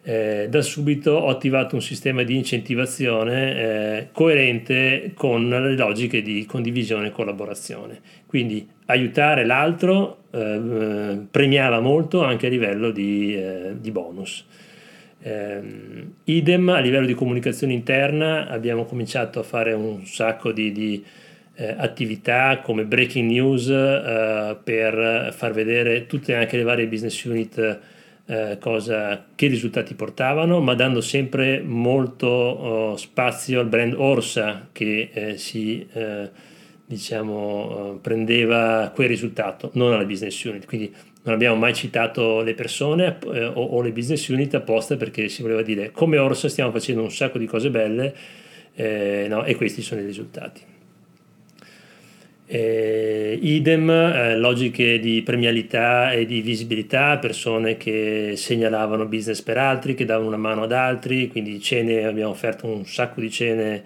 da subito ho attivato un sistema di incentivazione coerente con le logiche di condivisione e collaborazione. Quindi aiutare l'altro premiava molto anche a livello di bonus. Idem a livello di comunicazione interna, abbiamo cominciato a fare un sacco di attività come breaking news per far vedere tutte anche le varie business unit che risultati portavano, ma dando sempre molto spazio al brand Orsa che prendeva quel risultato, non alla business unit. Quindi non abbiamo mai citato le persone o le business unit apposta, perché si voleva dire come Orsa stiamo facendo un sacco di cose belle, e questi sono i risultati. Idem, logiche di premialità e di visibilità, persone che segnalavano business per altri, che davano una mano ad altri, quindi cene, abbiamo offerto un sacco di cene,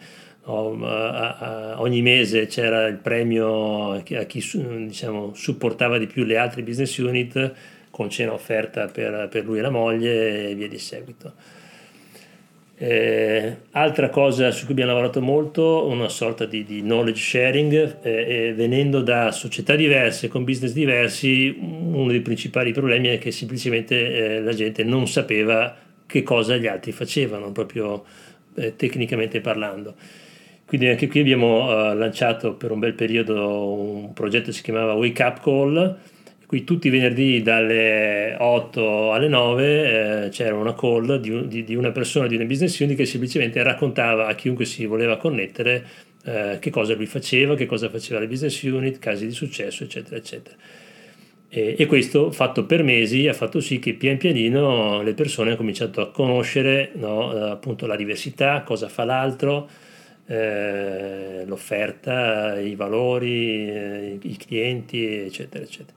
ogni mese c'era il premio a chi supportava di più le altre business unit, con cena offerta per lui e la moglie e via di seguito. Altra cosa su cui abbiamo lavorato molto, una sorta di knowledge sharing, venendo da società diverse con business diversi, uno dei principali problemi è che semplicemente la gente non sapeva che cosa gli altri facevano, proprio tecnicamente parlando. Quindi anche qui abbiamo lanciato per un bel periodo un progetto che si chiamava Wake Up Call. Qui tutti i venerdì dalle 8 alle 9 c'era una call di una persona di una business unit che semplicemente raccontava a chiunque si voleva connettere che cosa lui faceva, che cosa faceva la business unit, casi di successo, eccetera, eccetera. E questo, fatto per mesi, ha fatto sì che pian pianino le persone hanno cominciato a conoscere, appunto la diversità, cosa fa l'altro, l'offerta, i valori, i clienti, eccetera, eccetera.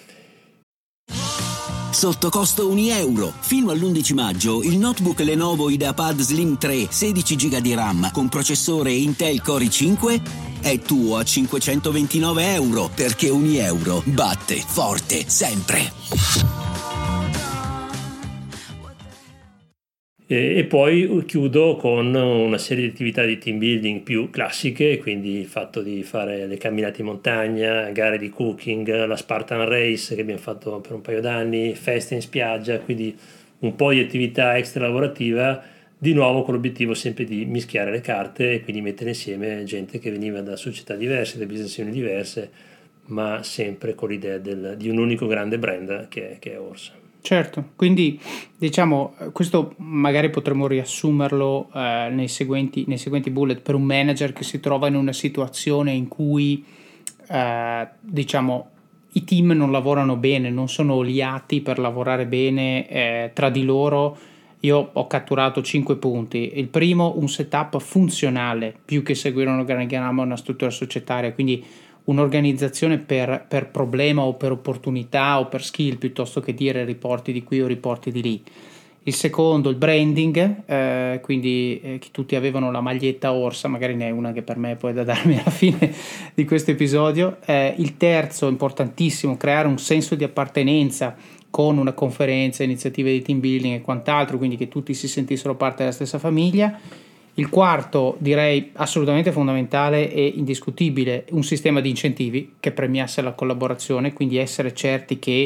Sotto costo €1. Fino all'11 maggio il notebook Lenovo IdeaPad Slim 3 16 GB di RAM con processore Intel Core i5 è tuo a €529, perché €1 batte forte sempre. E poi chiudo con una serie di attività di team building più classiche, quindi il fatto di fare le camminate in montagna, gare di cooking, la Spartan Race che abbiamo fatto per un paio d'anni, feste in spiaggia, quindi un po' di attività extra lavorativa, di nuovo con l'obiettivo sempre di mischiare le carte e quindi mettere insieme gente che veniva da società diverse, da business unit diverse, ma sempre con l'idea di un unico grande brand che è Orsa. Certo, quindi diciamo questo magari potremmo riassumerlo nei seguenti bullet per un manager che si trova in una situazione in cui diciamo i team non lavorano bene, non sono oliati per lavorare bene tra di loro. Io ho catturato 5 punti. Il primo, un setup funzionale più che seguire un organigramma, una struttura societaria, quindi un'organizzazione per problema o per opportunità o per skill, piuttosto che dire riporti di qui o riporti di lì. Il secondo, il branding, quindi che tutti avevano la maglietta Orsa, magari ne è una che per me poi è da darmi alla fine di questo episodio. Il terzo, importantissimo, creare un senso di appartenenza con una conferenza, iniziative di team building e quant'altro, quindi che tutti si sentissero parte della stessa famiglia. Il quarto, direi assolutamente fondamentale e indiscutibile, un sistema di incentivi che premiasse la collaborazione, quindi essere certi che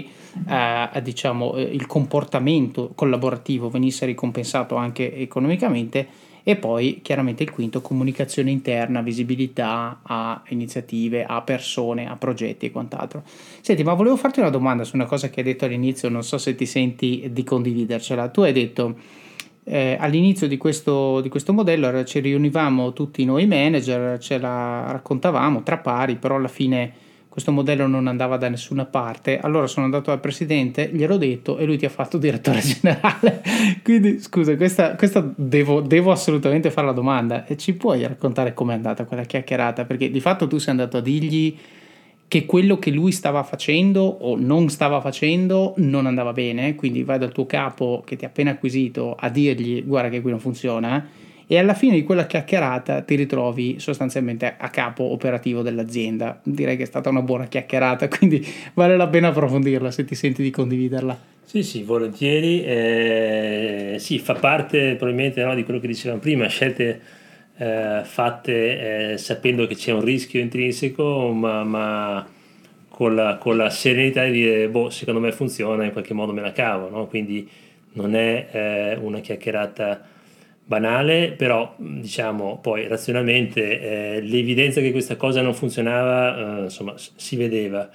il comportamento collaborativo venisse ricompensato anche economicamente. E poi chiaramente il quinto, comunicazione interna, visibilità a iniziative, a persone, a progetti e quant'altro. Senti, ma volevo farti una domanda su una cosa che hai detto all'inizio, non so se ti senti di condividercela. Tu hai detto all'inizio di questo modello ci riunivamo tutti noi manager, ce la raccontavamo tra pari, però alla fine questo modello non andava da nessuna parte. Allora sono andato al presidente, gliel'ho detto e lui ti ha fatto direttore generale. Quindi scusa, questa devo assolutamente fare la domanda. E ci puoi raccontare com'è andata quella chiacchierata? Perché di fatto tu sei andato a dirgli che quello che lui stava facendo o non stava facendo non andava bene, quindi vai dal tuo capo che ti ha appena acquisito a dirgli guarda che qui non funziona, e alla fine di quella chiacchierata ti ritrovi sostanzialmente a capo operativo dell'azienda. Direi che è stata una buona chiacchierata, quindi vale la pena approfondirla se ti senti di condividerla. Sì, sì, volentieri. Sì, fa parte probabilmente, no, di quello che dicevamo prima, scelte fatte sapendo che c'è un rischio intrinseco, ma con la serenità di dire, boh, secondo me funziona, in qualche modo me la cavo, no? Quindi non è una chiacchierata banale, però diciamo poi razionalmente l'evidenza che questa cosa non funzionava, insomma, si vedeva.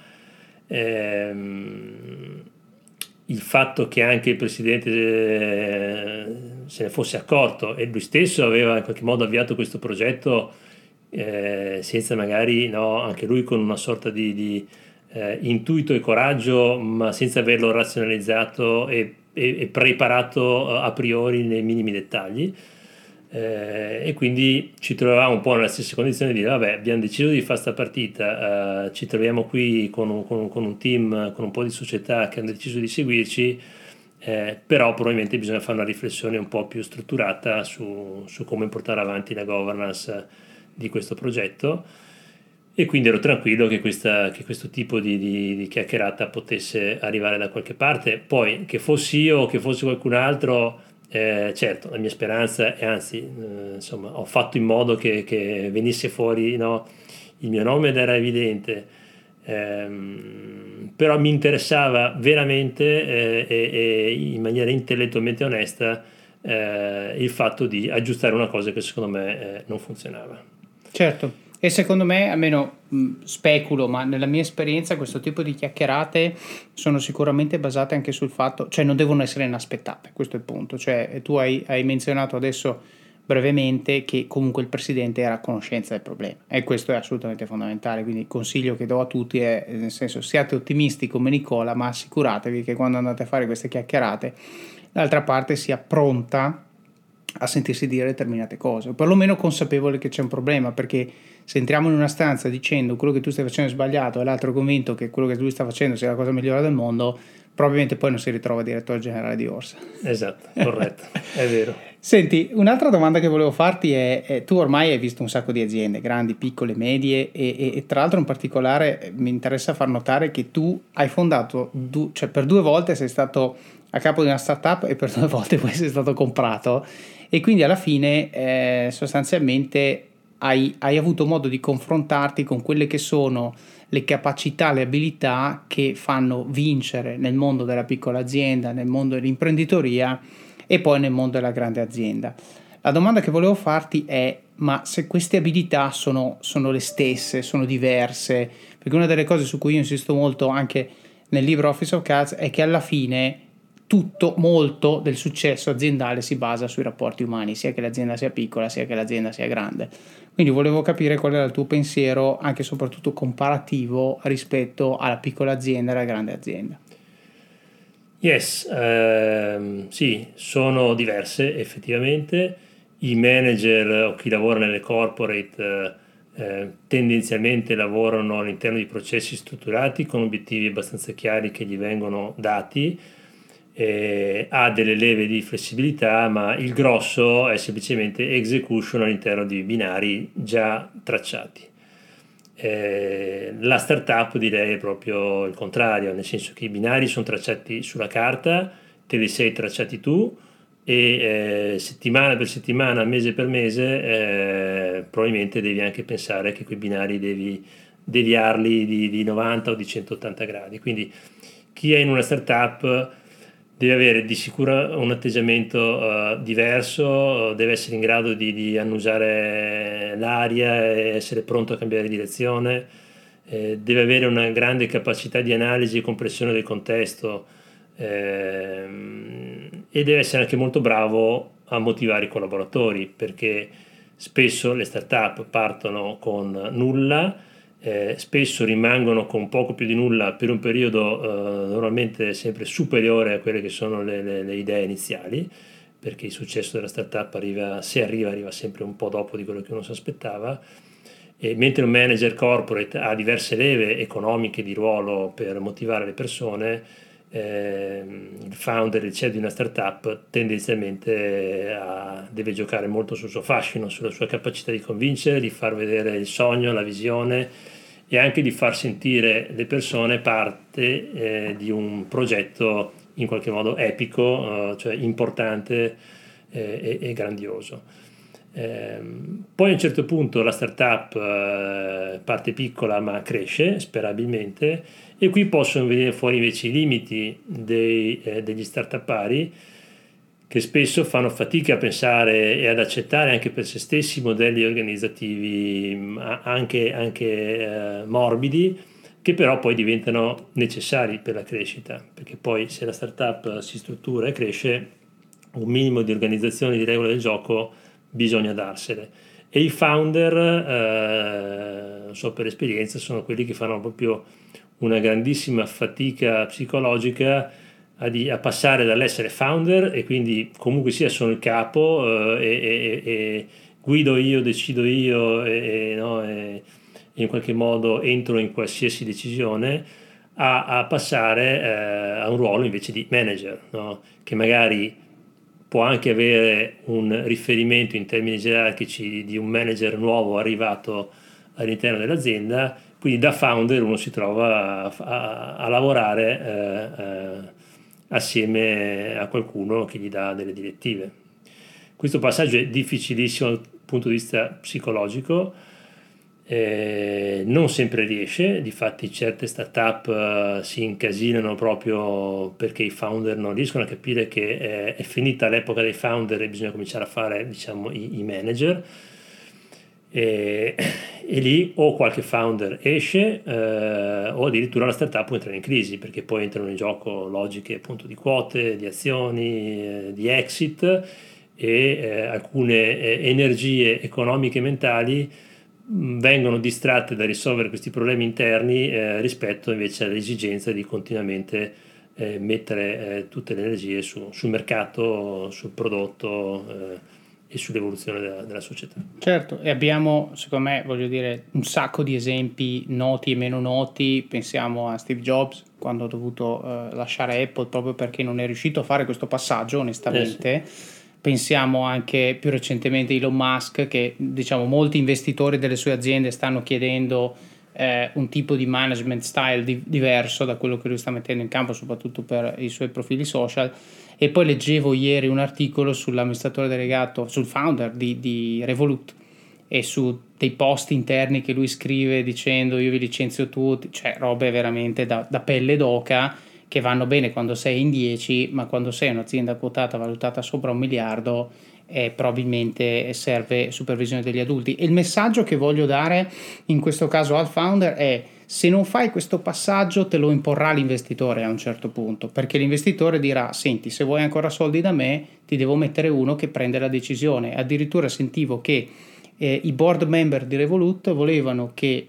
Ehm, il fatto che anche il presidente se ne fosse accorto e lui stesso aveva in qualche modo avviato questo progetto senza magari, no, anche lui con una sorta di intuito e coraggio, ma senza averlo razionalizzato e preparato a priori nei minimi dettagli. E quindi ci trovavamo un po' nella stessa condizione di dire vabbè, abbiamo deciso di fare questa partita, ci troviamo qui con un team, con un po' di società che hanno deciso di seguirci, però probabilmente bisogna fare una riflessione un po' più strutturata su come portare avanti la governance di questo progetto, e quindi ero tranquillo che questo tipo di chiacchierata potesse arrivare da qualche parte. Poi che fossi io o che fosse qualcun altro, certo, la mia speranza è, anzi, insomma, ho fatto in modo che venisse fuori, no, il mio nome ed era evidente. Però mi interessava veramente e in maniera intellettualmente onesta il fatto di aggiustare una cosa che secondo me non funzionava. Certo, e secondo me, almeno speculo, ma nella mia esperienza questo tipo di chiacchierate sono sicuramente basate anche sul fatto, cioè non devono essere inaspettate, questo è il punto. Cioè tu hai menzionato adesso brevemente che comunque il presidente era a conoscenza del problema e questo è assolutamente fondamentale, quindi il consiglio che do a tutti è, nel senso, siate ottimisti come Nicola, ma assicuratevi che quando andate a fare queste chiacchierate l'altra parte sia pronta a sentirsi dire determinate cose, o perlomeno consapevole che c'è un problema, perché se entriamo in una stanza dicendo quello che tu stai facendo è sbagliato e l'altro è convinto che quello che lui sta facendo sia la cosa migliore del mondo, probabilmente poi non si ritrova direttore generale di Orsa. Esatto, corretto, è vero. Senti, un'altra domanda che volevo farti è tu ormai hai visto un sacco di aziende, grandi, piccole, medie e tra l'altro in particolare mi interessa far notare che tu hai fondato, cioè per 2 volte sei stato a capo di una startup e per 2 volte poi sei stato comprato e quindi alla fine sostanzialmente hai avuto modo di confrontarti con quelle che sono le capacità, le abilità che fanno vincere nel mondo della piccola azienda, nel mondo dell'imprenditoria e poi nel mondo della grande azienda. La domanda che volevo farti è: ma se queste abilità sono le stesse, sono diverse? Perché una delle cose su cui io insisto molto anche nel libro Office of Cards è che alla fine molto del successo aziendale si basa sui rapporti umani, sia che l'azienda sia piccola, sia che l'azienda sia grande. Quindi volevo capire qual era il tuo pensiero, anche e soprattutto comparativo rispetto alla piccola azienda e alla grande azienda. Yes, sì, sono diverse effettivamente. I manager o chi lavora nelle corporate tendenzialmente lavorano all'interno di processi strutturati con obiettivi abbastanza chiari che gli vengono dati. Ha delle leve di flessibilità, ma il grosso è semplicemente execution all'interno di binari già tracciati. La startup direi è proprio il contrario, nel senso che i binari sono tracciati sulla carta, te li sei tracciati tu e settimana per settimana, mese per mese probabilmente devi anche pensare che quei binari devi deviarli di 90 o di 180 gradi. Quindi chi è in una startup deve avere di sicuro un atteggiamento diverso, deve essere in grado di annusare l'aria e essere pronto a cambiare direzione, deve avere una grande capacità di analisi e comprensione del contesto e deve essere anche molto bravo a motivare i collaboratori, perché spesso le start-up partono con nulla, spesso rimangono con poco più di nulla per un periodo normalmente sempre superiore a quelle che sono le idee iniziali, perché il successo della startup arriva sempre un po' dopo di quello che uno si aspettava, e mentre un manager corporate ha diverse leve economiche di ruolo per motivare le persone, il founder, il CEO di una startup tendenzialmente deve giocare molto sul suo fascino, sulla sua capacità di convincere, di far vedere il sogno, la visione e anche di far sentire le persone parte di un progetto in qualche modo epico, cioè importante e grandioso. Poi a un certo punto la startup parte piccola ma cresce sperabilmente, e qui possono venire fuori invece i limiti degli startupari, che spesso fanno fatica a pensare e ad accettare anche per se stessi modelli organizzativi anche morbidi, che però poi diventano necessari per la crescita, perché poi se la startup si struttura e cresce, un minimo di organizzazione, di regole del gioco bisogna darsele. E i founder, non so per esperienza, sono quelli che fanno proprio una grandissima fatica psicologica a passare dall'essere founder, e quindi comunque sia sono il capo, e guido io, decido io, e in qualche modo entro in qualsiasi decisione, a passare a un ruolo invece di manager, no? Che magari può anche avere un riferimento in termini gerarchici di un manager nuovo arrivato all'interno dell'azienda, quindi da founder uno si trova a lavorare assieme a qualcuno che gli dà delle direttive. Questo passaggio è difficilissimo dal punto di vista psicologico, non sempre riesce, difatti certe startup si incasinano proprio perché i founder non riescono a capire che è finita l'epoca dei founder e bisogna cominciare a fare, diciamo, i manager, e lì o qualche founder esce, o addirittura la startup può entrare in crisi, perché poi entrano in gioco logiche appunto di quote, di azioni, di exit, e alcune energie economiche e mentali vengono distratte da risolvere questi problemi interni rispetto invece all'esigenza di continuamente mettere tutte le energie sul mercato, sul prodotto e sull'evoluzione della società. Certo, e abbiamo, secondo me, voglio dire, un sacco di esempi noti e meno noti. Pensiamo a Steve Jobs quando ha dovuto lasciare Apple proprio perché non è riuscito a fare questo passaggio, onestamente. Sì. Pensiamo anche più recentemente a Elon Musk, che diciamo molti investitori delle sue aziende stanno chiedendo un tipo di management style diverso da quello che lui sta mettendo in campo, soprattutto per i suoi profili social. E poi leggevo ieri un articolo sull'amministratore delegato, sul founder di Revolut, e su dei post interni che lui scrive dicendo io vi licenzio tutti, cioè robe veramente da pelle d'oca, che vanno bene quando sei in 10, ma quando sei un'azienda quotata valutata sopra 1 miliardo probabilmente serve supervisione degli adulti. E il messaggio che voglio dare in questo caso al founder è: se non fai questo passaggio te lo imporrà l'investitore a un certo punto, perché l'investitore dirà senti, se vuoi ancora soldi da me ti devo mettere uno che prende la decisione. Addirittura sentivo che i board member di Revolut volevano che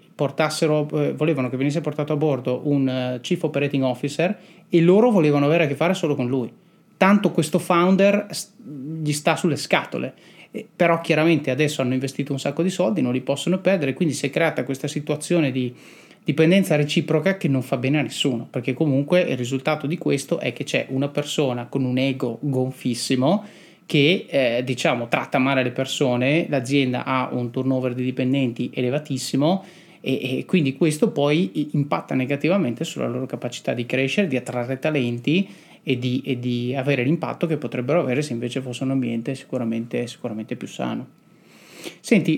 venisse portato a bordo un Chief Operating Officer, e loro volevano avere a che fare solo con lui, tanto questo founder gli sta sulle scatole. Però chiaramente adesso hanno investito un sacco di soldi, non li possono perdere, quindi si è creata questa situazione di dipendenza reciproca che non fa bene a nessuno, perché comunque il risultato di questo è che c'è una persona con un ego gonfissimo che diciamo tratta male le persone, l'azienda ha un turnover di dipendenti elevatissimo, e quindi questo poi impatta negativamente sulla loro capacità di crescere, di attrarre talenti e di avere l'impatto che potrebbero avere se invece fosse un ambiente sicuramente più sano. Senti,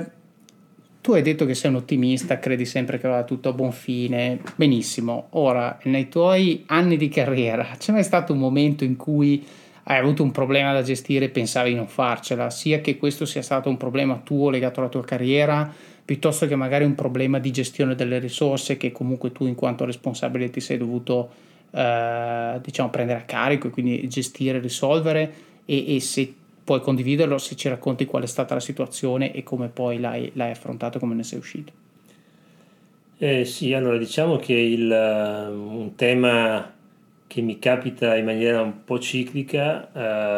tu hai detto che sei un ottimista, credi sempre che vada tutto a buon fine, benissimo. Ora, nei tuoi anni di carriera c'è mai stato un momento in cui hai avuto un problema da gestire e pensavi di non farcela, sia che questo sia stato un problema tuo legato alla tua carriera, piuttosto che magari un problema di gestione delle risorse che comunque tu in quanto responsabile ti sei dovuto diciamo prendere a carico e quindi gestire, risolvere, e se puoi condividerlo, se ci racconti qual è stata la situazione e come poi l'hai affrontato, come ne sei uscito. Sì, allora diciamo che un tema che mi capita in maniera un po' ciclica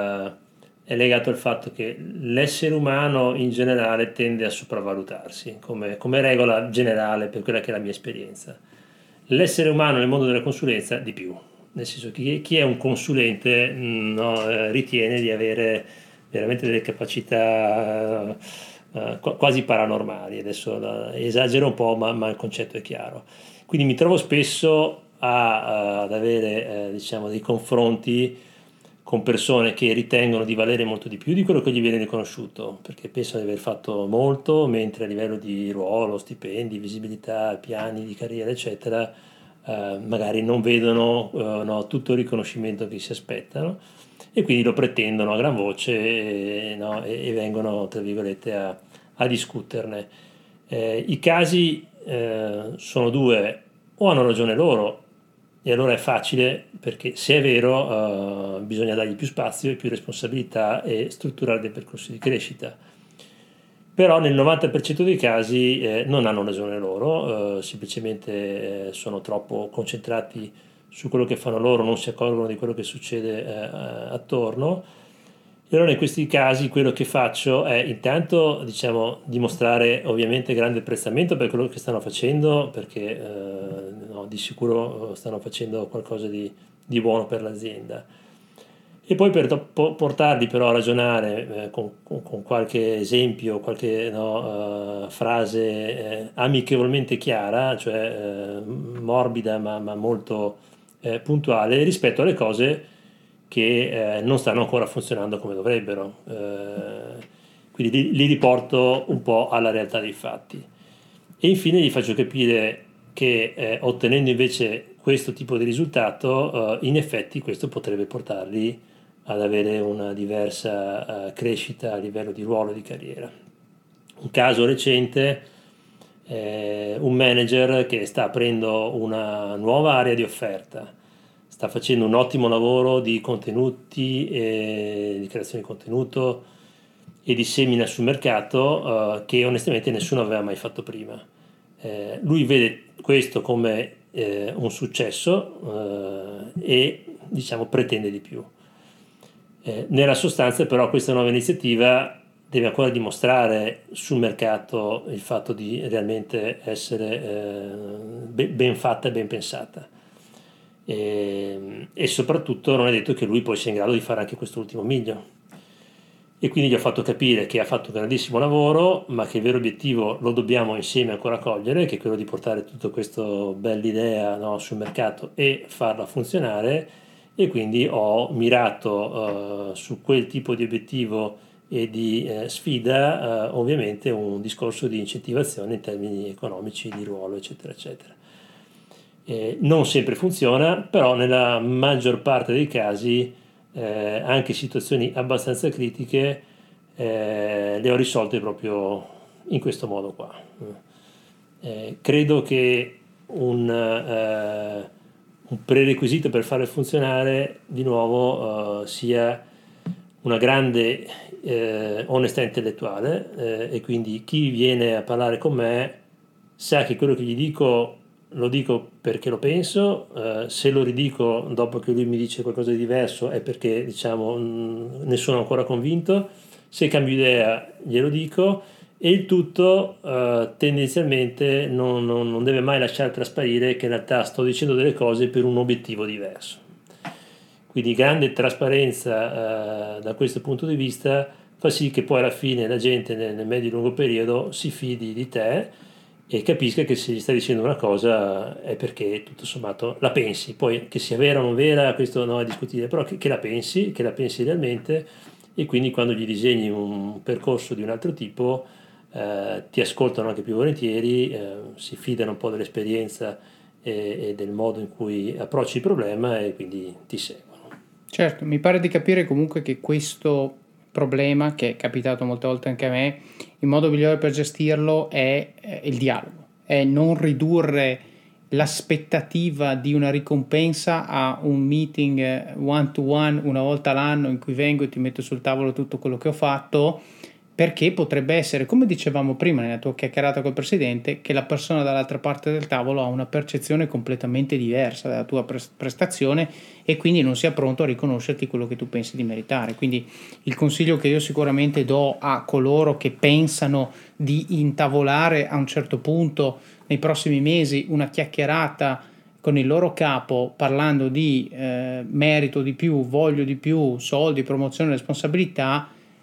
è legato al fatto che l'essere umano in generale tende a sopravvalutarsi, come regola generale per quella che è la mia esperienza. L'essere umano nel mondo della consulenza di più, nel senso che chi è un consulente ritiene di avere veramente delle capacità quasi paranormali. Adesso esagero un po', ma il concetto è chiaro. Quindi mi trovo spesso ad avere diciamo dei confronti con persone che ritengono di valere molto di più di quello che gli viene riconosciuto, perché pensano di aver fatto molto, mentre a livello di ruolo, stipendi, visibilità, piani di carriera, eccetera, magari non vedono no, tutto il riconoscimento che si aspettano e quindi lo pretendono a gran voce no, e vengono, tra virgolette, a discuterne. I casi sono due: o hanno ragione loro, e allora è facile, perché se è vero bisogna dargli più spazio e più responsabilità e strutturare dei percorsi di crescita. Però nel 90% dei casi non hanno ragione loro, semplicemente sono troppo concentrati su quello che fanno loro, non si accorgono di quello che succede attorno. E allora in questi casi quello che faccio è intanto, diciamo, dimostrare ovviamente grande apprezzamento per quello che stanno facendo, perché no, di sicuro stanno facendo qualcosa di buono per l'azienda. E poi per portarli però a ragionare con qualche esempio, qualche no, frase amichevolmente chiara, cioè morbida ma molto puntuale rispetto alle cose che non stanno ancora funzionando come dovrebbero. Quindi li riporto un po' alla realtà dei fatti. E infine gli faccio capire che ottenendo invece questo tipo di risultato, in effetti questo potrebbe portarli ad avere una diversa crescita a livello di ruolo e di carriera. Un caso recente, un manager che sta aprendo una nuova area di offerta, sta facendo un ottimo lavoro di contenuti, di creazione di contenuto e di semina sul mercato che onestamente nessuno aveva mai fatto prima. Lui vede questo come un successo e diciamo pretende di più. Nella sostanza però questa nuova iniziativa deve ancora dimostrare sul mercato il fatto di realmente essere ben fatta e ben pensata. E soprattutto non è detto che lui poi sia in grado di fare anche quest'ultimo miglio. E quindi gli ho fatto capire che ha fatto un grandissimo lavoro, ma che il vero obiettivo lo dobbiamo insieme ancora cogliere, che è quello di portare tutta questa bella idea no, sul mercato e farla funzionare. E quindi ho mirato su quel tipo di obiettivo e di sfida ovviamente un discorso di incentivazione in termini economici, di ruolo, eccetera, eccetera. Non sempre funziona, però nella maggior parte dei casi anche situazioni abbastanza critiche le ho risolte proprio in questo modo qua. Credo che un prerequisito per farle funzionare di nuovo sia una grande onestà intellettuale e quindi chi viene a parlare con me sa che quello che gli dico lo dico perché lo penso, se lo ridico dopo che lui mi dice qualcosa di diverso è perché diciamo ne sono ancora convinto, se cambio idea glielo dico e il tutto tendenzialmente non deve mai lasciare trasparire che in realtà sto dicendo delle cose per un obiettivo diverso. Quindi grande trasparenza da questo punto di vista fa sì che poi alla fine la gente nel medio e lungo periodo si fidi di te e capisca che se gli stai dicendo una cosa è perché tutto sommato la pensi. Poi che sia vera o non vera, questo no, è discutibile, però che la pensi realmente, e quindi quando gli disegni un percorso di un altro tipo ti ascoltano anche più volentieri, si fidano un po' dell'esperienza e del modo in cui approcci il problema e quindi ti seguono. Certo, mi pare di capire comunque che questo problema, che è capitato molte volte anche a me, il modo migliore per gestirlo è il dialogo, è non ridurre l'aspettativa di una ricompensa a un meeting one to one una volta l'anno in cui vengo e ti metto sul tavolo tutto quello che ho fatto, perché potrebbe essere, come dicevamo prima nella tua chiacchierata col presidente, che la persona dall'altra parte del tavolo ha una percezione completamente diversa della tua prestazione e quindi non sia pronto a riconoscerti quello che tu pensi di meritare. Quindi il consiglio che io sicuramente do a coloro che pensano di intavolare a un certo punto nei prossimi mesi una chiacchierata con il loro capo parlando di merito di più, voglio di più, soldi, promozione, responsabilità,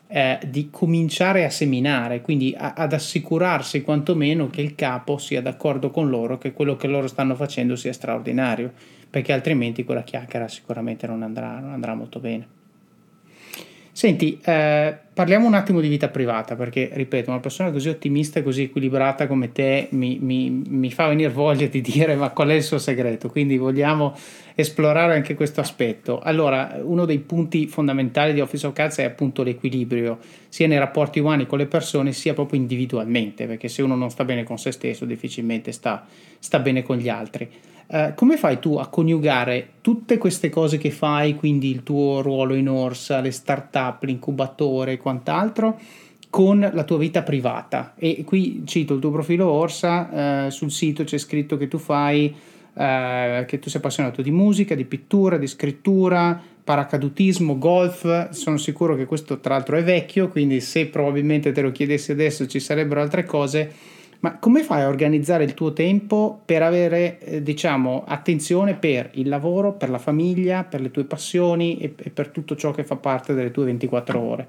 di cominciare a seminare, quindi ad assicurarsi quantomeno che il capo sia d'accordo con loro, che quello che loro stanno facendo sia straordinario, perché altrimenti quella chiacchiera sicuramente non andrà molto bene. Senti, parliamo un attimo di vita privata, perché, ripeto, una persona così ottimista e così equilibrata come te mi fa venire voglia di dire ma qual è il suo segreto, quindi vogliamo esplorare anche questo aspetto. Allora, uno dei punti fondamentali di Office of Cards è appunto l'equilibrio, sia nei rapporti umani con le persone, sia proprio individualmente, perché se uno non sta bene con se stesso, difficilmente sta bene con gli altri. Come fai tu a coniugare tutte queste cose che fai, quindi il tuo ruolo in Orsa, le start-up, l'incubatore e quant'altro, con la tua vita privata? E qui cito il tuo profilo Orsa, sul sito c'è scritto che tu fai, che tu sei appassionato di musica, di pittura, di scrittura, paracadutismo, golf. Sono sicuro che questo tra l'altro è vecchio, quindi se probabilmente te lo chiedessi adesso ci sarebbero altre cose. Ma come fai a organizzare il tuo tempo per avere, diciamo, attenzione per il lavoro, per la famiglia, per le tue passioni e per tutto ciò che fa parte delle tue 24 ore?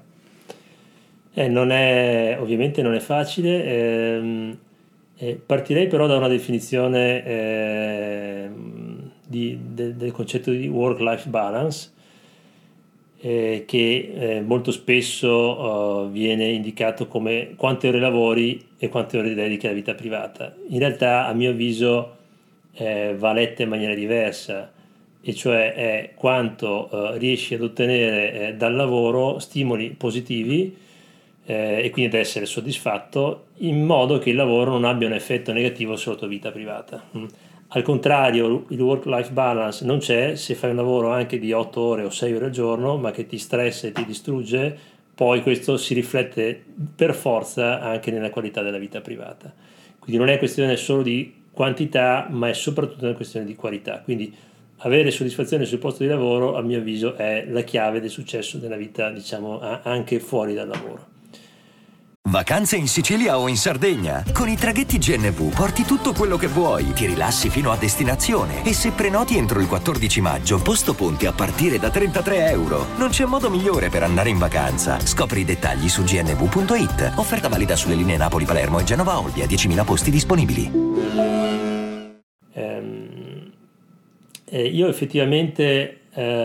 Ovviamente non è facile. Partirei però da una definizione del concetto di work-life balance, che molto spesso viene indicato come quante ore lavori e quante ore dedichi alla vita privata. In realtà, a mio avviso, va letta in maniera diversa, e cioè è quanto riesci ad ottenere dal lavoro stimoli positivi e quindi ad essere soddisfatto, in modo che il lavoro non abbia un effetto negativo sulla tua vita privata. Al contrario, il work-life balance non c'è se fai un lavoro anche di 8 ore o 6 ore al giorno, ma che ti stressa e ti distrugge, poi questo si riflette per forza anche nella qualità della vita privata. Quindi non è questione solo di quantità, ma è soprattutto una questione di qualità. Quindi avere soddisfazione sul posto di lavoro, a mio avviso, è la chiave del successo della vita, diciamo, anche fuori dal lavoro. Vacanze in Sicilia o in Sardegna? Con i traghetti GNV porti tutto quello che vuoi, ti rilassi fino a destinazione e se prenoti entro il 14 maggio, posto ponti a partire da €33. Non c'è modo migliore per andare in vacanza. Scopri i dettagli su gnv.it. Offerta valida sulle linee Napoli-Palermo e Genova-Olbia, 10.000 posti disponibili. Io effettivamente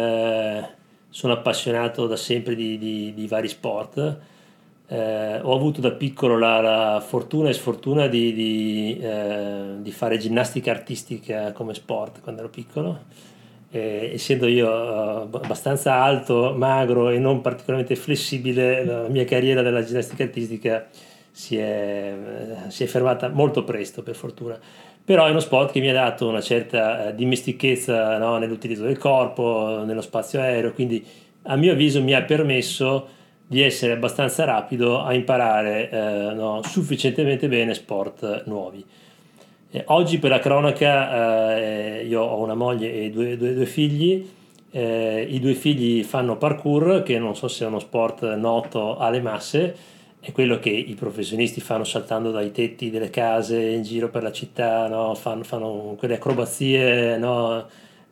sono appassionato da sempre di vari sport. Ho avuto da piccolo la fortuna e sfortuna di fare ginnastica artistica come sport quando ero piccolo, essendo io abbastanza alto, magro e non particolarmente flessibile, la mia carriera della ginnastica artistica si è fermata molto presto, per fortuna. Però è uno sport che mi ha dato una certa dimestichezza, no, nell'utilizzo del corpo, nello spazio aereo, quindi a mio avviso mi ha permesso di essere abbastanza rapido a imparare sufficientemente bene sport nuovi. Oggi, per la cronaca, io ho una moglie e due figli. I 2 figli fanno parkour, che non so se è uno sport noto alle masse, è quello che i professionisti fanno saltando dai tetti delle case in giro per la città, no? Fanno quelle acrobazie, no?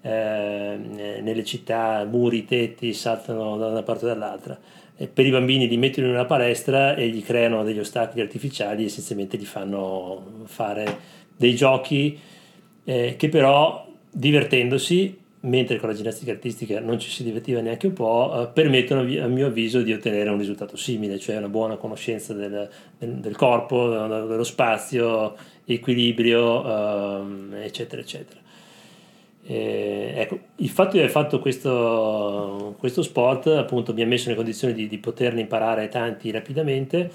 Nelle città, muri, tetti, saltano da una parte o dall'altra. Per i bambini li mettono in una palestra e gli creano degli ostacoli artificiali, essenzialmente gli fanno fare dei giochi che però, divertendosi, mentre con la ginnastica artistica non ci si divertiva neanche un po', permettono a mio avviso di ottenere un risultato simile, cioè una buona conoscenza del corpo, dello spazio, equilibrio, eccetera eccetera. Ecco, il fatto di aver fatto questo sport appunto mi ha messo nelle condizioni di poterne imparare tanti rapidamente,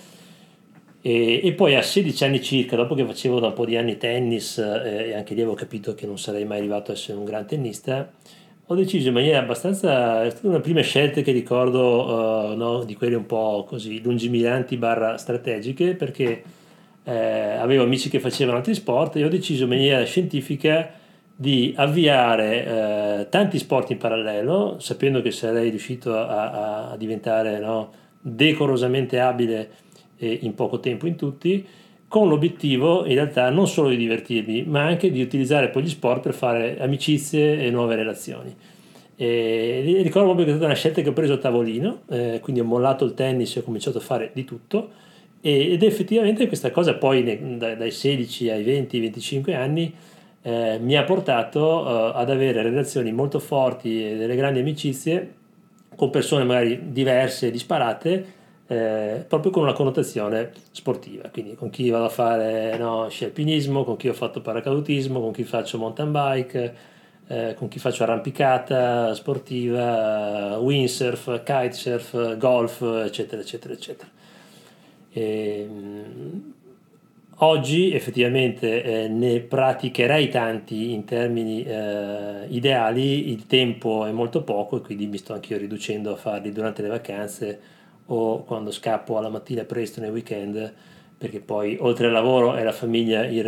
e poi a 16 anni circa, dopo che facevo da un po' di anni tennis e anche lì avevo capito che non sarei mai arrivato a essere un gran tennista, ho deciso in maniera abbastanza, è stata una prima scelta che ricordo, di quelle un po' così lungimiranti / strategiche, perché avevo amici che facevano altri sport e ho deciso in maniera scientifica di avviare tanti sport in parallelo, sapendo che sarei riuscito a diventare decorosamente abile in poco tempo in tutti, con l'obiettivo in realtà non solo di divertirmi, ma anche di utilizzare poi gli sport per fare amicizie e nuove relazioni. E ricordo proprio che è stata una scelta che ho preso a tavolino, quindi ho mollato il tennis e ho cominciato a fare di tutto, ed effettivamente questa cosa poi dai 16 ai 20-25 anni mi ha portato ad avere relazioni molto forti e delle grandi amicizie con persone magari diverse e disparate, proprio con una connotazione sportiva, quindi con chi vado a fare sci alpinismo, con chi ho fatto paracadutismo, con chi faccio mountain bike, con chi faccio arrampicata sportiva, windsurf, kitesurf, golf, eccetera, eccetera, eccetera. Oggi effettivamente ne praticherei tanti in termini ideali, il tempo è molto poco e quindi mi sto anch'io riducendo a farli durante le vacanze o quando scappo alla mattina presto nei weekend, perché poi oltre al lavoro è la famiglia il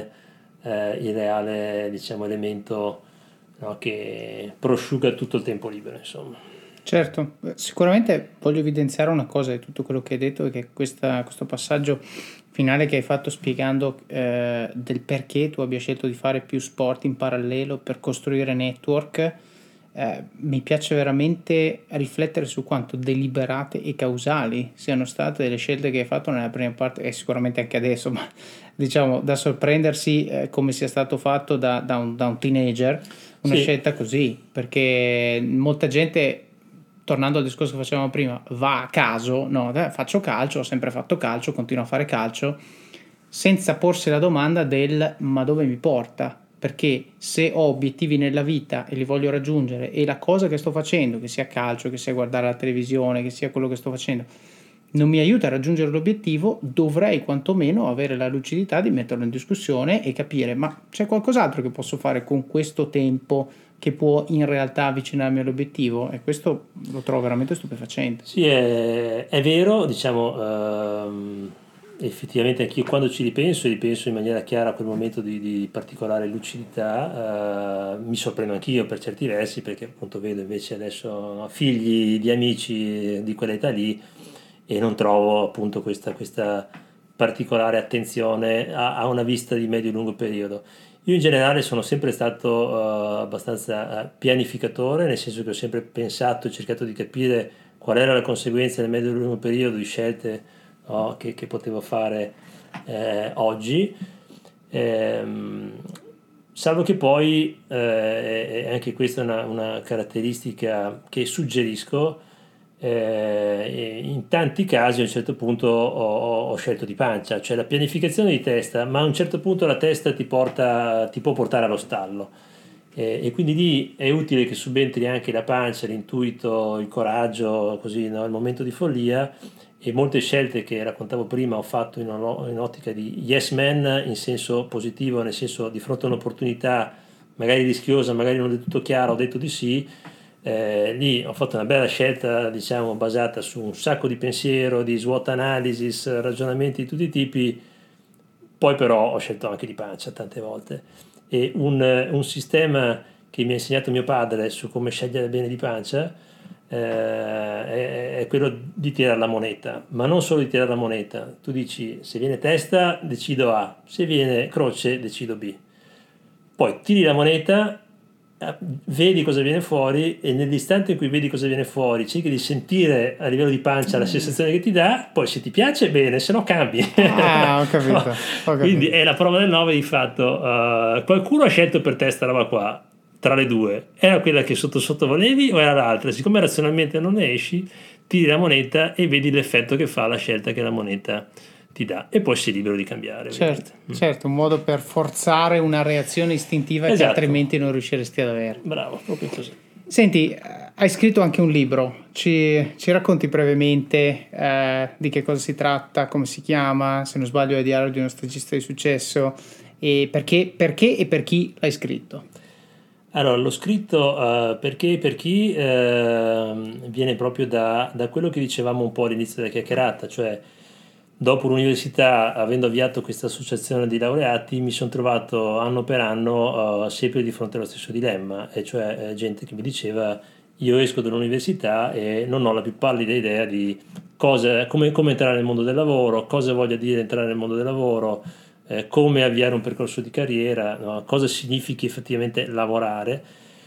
reale diciamo, elemento, no, che prosciuga tutto il tempo libero, insomma. Certo, sicuramente voglio evidenziare una cosa di tutto quello che hai detto, che questo passaggio finale che hai fatto spiegando del perché tu abbia scelto di fare più sport in parallelo per costruire network, mi piace veramente riflettere su quanto deliberate e causali siano state le scelte che hai fatto nella prima parte e sicuramente anche adesso, ma diciamo da sorprendersi come sia stato fatto da un teenager, una scelta così, perché molta gente, tornando al discorso che facevamo prima, va a caso, faccio calcio, ho sempre fatto calcio, continuo a fare calcio, senza porsi la domanda del ma dove mi porta, perché se ho obiettivi nella vita e li voglio raggiungere e la cosa che sto facendo, che sia calcio, che sia guardare la televisione, che sia quello che sto facendo, non mi aiuta a raggiungere l'obiettivo, dovrei quantomeno avere la lucidità di metterlo in discussione e capire ma c'è qualcos'altro che posso fare con questo tempo che può in realtà avvicinarmi all'obiettivo, e questo lo trovo veramente stupefacente. Sì, è vero, diciamo, effettivamente anch'io quando ci ripenso in maniera chiara a quel momento di particolare lucidità, mi sorprendo anch'io per certi versi, perché appunto vedo invece adesso figli di amici di quell'età lì e non trovo appunto questa particolare attenzione a una vista di medio e lungo periodo. Io in generale sono sempre stato abbastanza pianificatore, nel senso che ho sempre pensato e cercato di capire qual era la conseguenza nel medio e lungo periodo di scelte che potevo fare oggi, salvo che poi, anche questa è una caratteristica che suggerisco, in tanti casi a un certo punto ho scelto di pancia, cioè la pianificazione di testa, ma a un certo punto la testa ti può portare allo stallo, e quindi lì è utile che subentri anche la pancia, l'intuito, il coraggio, così, no? Il momento di follia. E molte scelte che raccontavo prima ho fatto in ottica di yes man, in senso positivo, nel senso di fronte a un'opportunità magari rischiosa, magari non del tutto chiara, ho detto di sì. Lì ho fatto una bella scelta, diciamo, basata su un sacco di pensiero, di SWOT analysis, ragionamenti di tutti i tipi. Poi però ho scelto anche di pancia tante volte, e un sistema che mi ha insegnato mio padre su come scegliere bene di pancia è quello di tirare la moneta, ma non solo di tirare la moneta. Tu dici: se viene testa decido A, se viene croce decido B. Poi tiri la moneta, vedi cosa viene fuori, e nell'istante in cui vedi cosa viene fuori cerchi di sentire a livello di pancia la sensazione che ti dà, poi se ti piace bene, se no cambi. Ho capito. Quindi è la prova del 9 di fatto. Qualcuno ha scelto per te sta roba qua, tra le due era quella che sotto volevi o era l'altra? Siccome razionalmente non ne esci, tiri la moneta e vedi l'effetto che fa la scelta che la moneta ti dà, e poi sei libero di cambiare. Certo, un modo per forzare una reazione istintiva, esatto, che altrimenti non riusciresti ad avere. Bravo, proprio così. Senti, hai scritto anche un libro, ci racconti brevemente di che cosa si tratta, come si chiama? Se non sbaglio è Diario di uno stagista di successo, e perché e per chi l'hai scritto? Allora, l'ho scritto perché per chi viene proprio da quello che dicevamo un po' all'inizio della chiacchierata, cioè dopo l'università, avendo avviato questa associazione di laureati, mi sono trovato anno per anno sempre di fronte allo stesso dilemma, e cioè gente che mi diceva: io esco dall'università e non ho la più pallida idea di come entrare nel mondo del lavoro, cosa voglia dire entrare nel mondo del lavoro, come avviare un percorso di carriera, no? Cosa significhi effettivamente lavorare.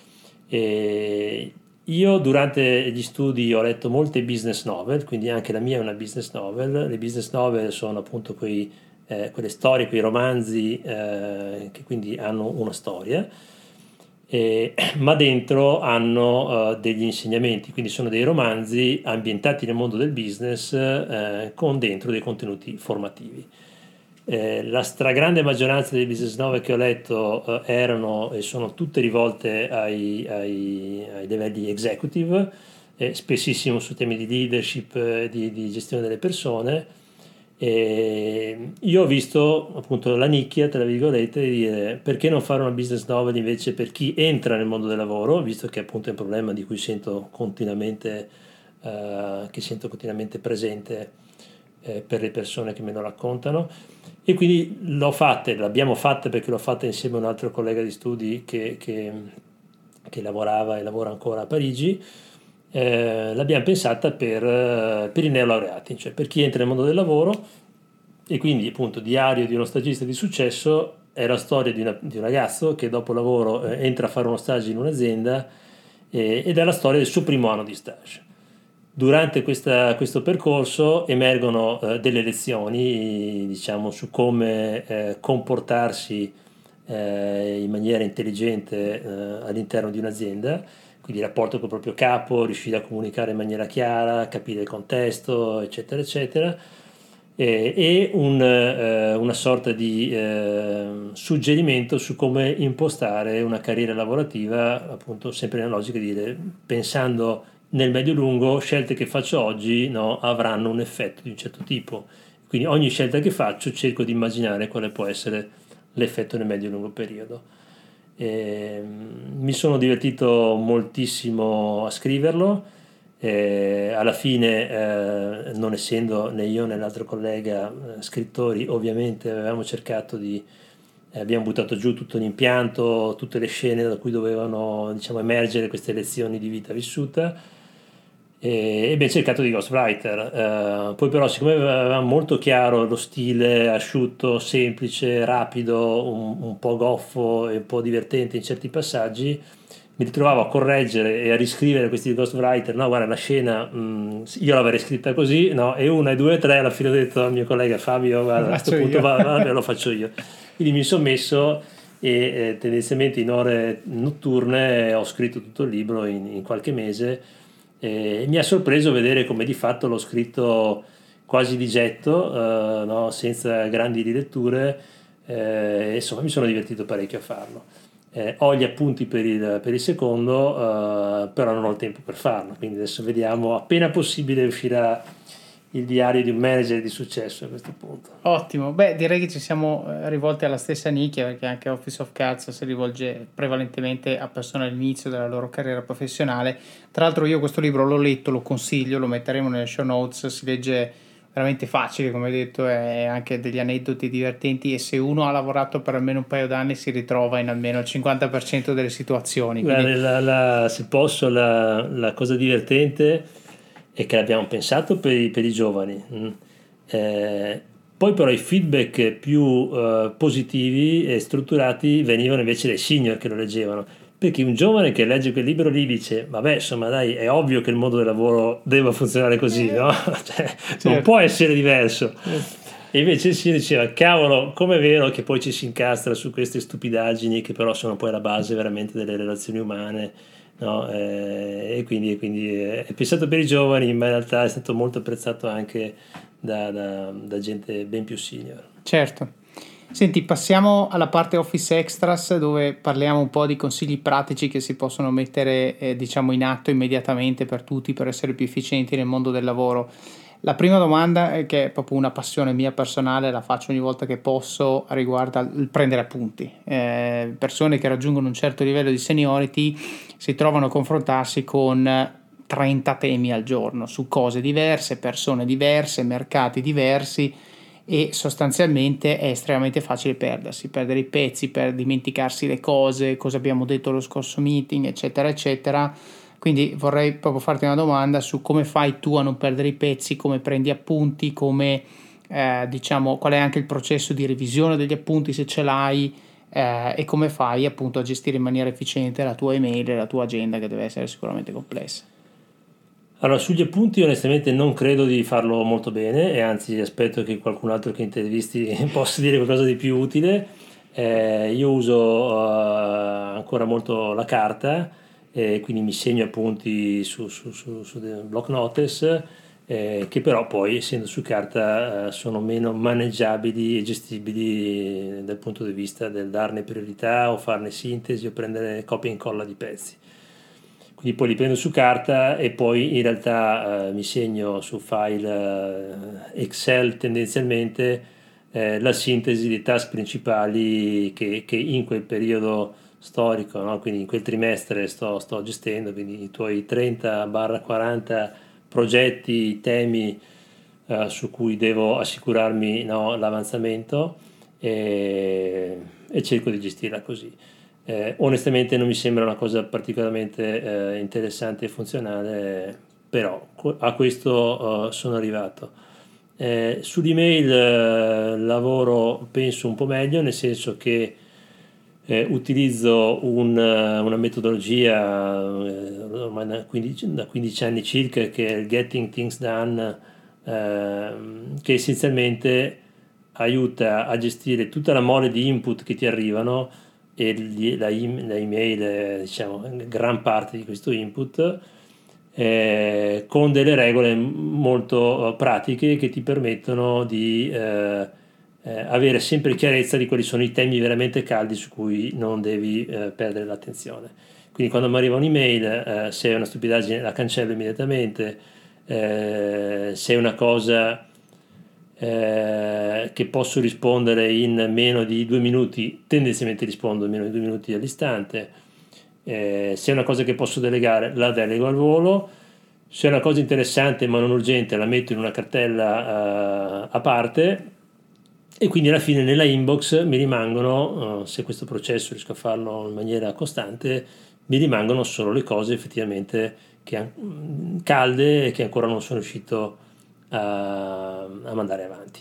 E io durante gli studi ho letto molte business novel, quindi anche la mia è una business novel. Le business novel sono appunto quelle storie, quei romanzi che quindi hanno una storia, ma dentro hanno degli insegnamenti, quindi sono dei romanzi ambientati nel mondo del business con dentro dei contenuti formativi. La stragrande maggioranza dei business novel che ho letto erano e sono tutte rivolte ai livelli executive, spessissimo su temi di leadership, di gestione delle persone. Io ho visto appunto la nicchia, tra virgolette, di dire perché non fare una business novel invece per chi entra nel mondo del lavoro, visto che appunto è un problema di cui sento continuamente presente per le persone che me lo raccontano. E quindi l'abbiamo fatta perché l'ho fatta insieme a un altro collega di studi che lavorava e lavora ancora a Parigi. L'abbiamo pensata per i neolaureati, cioè per chi entra nel mondo del lavoro, e quindi appunto Diario di uno stagista di successo è la storia di un ragazzo che dopo lavoro entra a fare uno stage in un'azienda ed è la storia del suo primo anno di stage. Durante questo percorso emergono delle lezioni, diciamo, su come comportarsi in maniera intelligente all'interno di un'azienda, quindi il rapporto col proprio capo, riuscire a comunicare in maniera chiara, capire il contesto, eccetera, eccetera, e una sorta di suggerimento su come impostare una carriera lavorativa, appunto sempre nella logica di dire, pensando nel medio-lungo, scelte che faccio oggi, no, avranno un effetto di un certo tipo. Quindi ogni scelta che faccio cerco di immaginare quale può essere l'effetto nel medio-lungo periodo. Mi sono divertito moltissimo a scriverlo. Alla fine, non essendo né io né l'altro collega scrittori, ovviamente avevamo cercato abbiamo buttato giù tutto l'impianto, tutte le scene da cui dovevano, diciamo, emergere queste lezioni di vita vissuta, e abbiamo cercato di ghostwriter. Poi però, siccome avevamo molto chiaro lo stile asciutto, semplice, rapido, un po' goffo e un po' divertente in certi passaggi, mi ritrovavo a correggere e a riscrivere questi ghostwriter. No, guarda, la scena io l'avrei scritta così, no, e 1 e 2 e 3 alla fine ho detto al mio collega Fabio, guarda, a questo punto lo faccio io. Quindi mi sono messo e tendenzialmente in ore notturne ho scritto tutto il libro in qualche mese, e mi ha sorpreso vedere come di fatto l'ho scritto quasi di getto, no, senza grandi riletture, insomma mi sono divertito parecchio a farlo. Ho gli appunti per il secondo, però non ho il tempo per farlo, quindi adesso vediamo, appena possibile uscirà il diario di un manager di successo a questo punto. Ottimo, beh, direi che ci siamo rivolti alla stessa nicchia, perché anche Office of Cards si rivolge prevalentemente a persone all'inizio della loro carriera professionale. Tra l'altro io questo libro l'ho letto, lo consiglio, lo metteremo nelle show notes, si legge veramente facile, come hai detto, e anche degli aneddoti divertenti, e se uno ha lavorato per almeno un paio d'anni si ritrova in almeno il 50% delle situazioni. Quindi... se posso, la cosa divertente è che l'abbiamo pensato per i giovani, poi però i feedback più positivi e strutturati venivano invece dai senior che lo leggevano, perché un giovane che legge quel libro lì dice vabbè, insomma, dai, è ovvio che il mondo del lavoro debba funzionare così, no? Cioè, certo, non può essere diverso. E invece si diceva cavolo, com'è vero che poi ci si incastra su queste stupidaggini che però sono poi la base veramente delle relazioni umane, no? E quindi è pensato per i giovani, ma in realtà è stato molto apprezzato anche da gente ben più senior. Certo. Senti, passiamo alla parte Office Extras, dove parliamo un po' di consigli pratici che si possono mettere diciamo in atto immediatamente per tutti per essere più efficienti nel mondo del lavoro. La prima domanda, che è proprio una passione mia personale, la faccio ogni volta che posso, riguarda il prendere appunti. Persone che raggiungono un certo livello di seniority si trovano a confrontarsi con 30 temi al giorno su cose diverse, persone diverse, mercati diversi, e sostanzialmente è estremamente facile perdere i pezzi, per dimenticarsi le cose, cosa abbiamo detto allo scorso meeting, eccetera eccetera. Quindi vorrei proprio farti una domanda su come fai tu a non perdere i pezzi, come prendi appunti, come diciamo, qual è anche il processo di revisione degli appunti se ce l'hai, e come fai appunto a gestire in maniera efficiente la tua email e la tua agenda, che deve essere sicuramente complessa. Allora, sugli appunti onestamente non credo di farlo molto bene, e anzi aspetto che qualcun altro che intervisti possa dire qualcosa di più utile. Io uso ancora molto la carta, quindi mi segno appunti su block notice, che però poi, essendo su carta, sono meno maneggiabili e gestibili dal punto di vista del darne priorità o farne sintesi o prendere copia e incolla di pezzi. Quindi poi li prendo su carta e poi in realtà mi segno su file Excel tendenzialmente la sintesi dei task principali che in quel periodo storico, no? Quindi in quel trimestre sto gestendo, quindi i tuoi 30-40 progetti, temi su cui devo assicurarmi, no, l'avanzamento, e cerco di gestirla così. Onestamente non mi sembra una cosa particolarmente interessante e funzionale, però a questo sono arrivato. Sull'email lavoro penso un po' meglio, nel senso che utilizzo una metodologia ormai da 15 anni circa, che è il Getting Things Done, che essenzialmente aiuta a gestire tutta la mole di input che ti arrivano, e la email è, diciamo, gran parte di questo input, con delle regole molto pratiche che ti permettono di avere sempre chiarezza di quali sono i temi veramente caldi su cui non devi perdere l'attenzione. Quindi quando mi arriva un'email, se è una stupidaggine la cancello immediatamente, se è una cosa che posso rispondere in meno di 2 minuti, tendenzialmente rispondo in meno di 2 minuti all'istante. Se è una cosa che posso delegare, la delego al volo. Se è una cosa interessante ma non urgente, la metto in una cartella a parte, e quindi alla fine nella inbox mi rimangono, se questo processo riesco a farlo in maniera costante, mi rimangono solo le cose effettivamente calde e che ancora non sono riuscito a mandare avanti.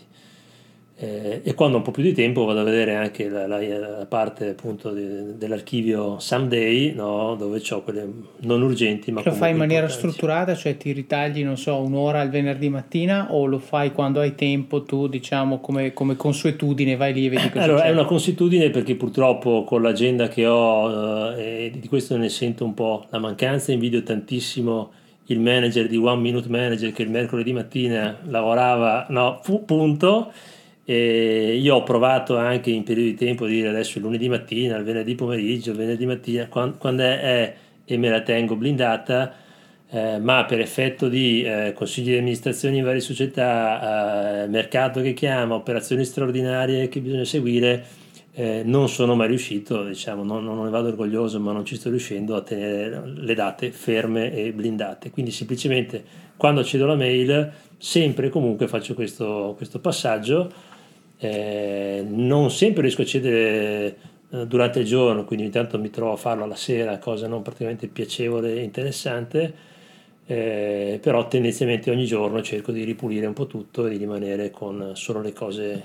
E quando ho un po' più di tempo vado a vedere anche la parte appunto dell'archivio Someday, no? Dove ho quelle non urgenti, ma lo fai in maniera importanti. strutturata, cioè ti ritagli, non so, un'ora il venerdì mattina, o lo fai quando hai tempo tu, diciamo, come consuetudine, vai lì e vedi cosa allora, c'è? è una consuetudine, perché purtroppo con l'agenda che ho, e di questo ne sento un po' la mancanza, invidio tantissimo il manager di One Minute Manager che il mercoledì mattina lavorava, no, punto. E io ho provato anche in periodi di tempo a dire adesso il lunedì mattina, il venerdì pomeriggio, il venerdì mattina, quando è e me la tengo blindata, ma per effetto di consigli di amministrazione in varie società, mercato che chiama, operazioni straordinarie che bisogna seguire, non sono mai riuscito, diciamo, non ne vado orgoglioso, ma non ci sto riuscendo a tenere le date ferme e blindate. Quindi semplicemente quando accedo alla mail sempre e comunque faccio questo passaggio. Non sempre riesco a accedere durante il giorno, quindi ogni tanto mi trovo a farlo alla sera, cosa non particolarmente piacevole e interessante, però tendenzialmente ogni giorno cerco di ripulire un po' tutto e di rimanere con solo le cose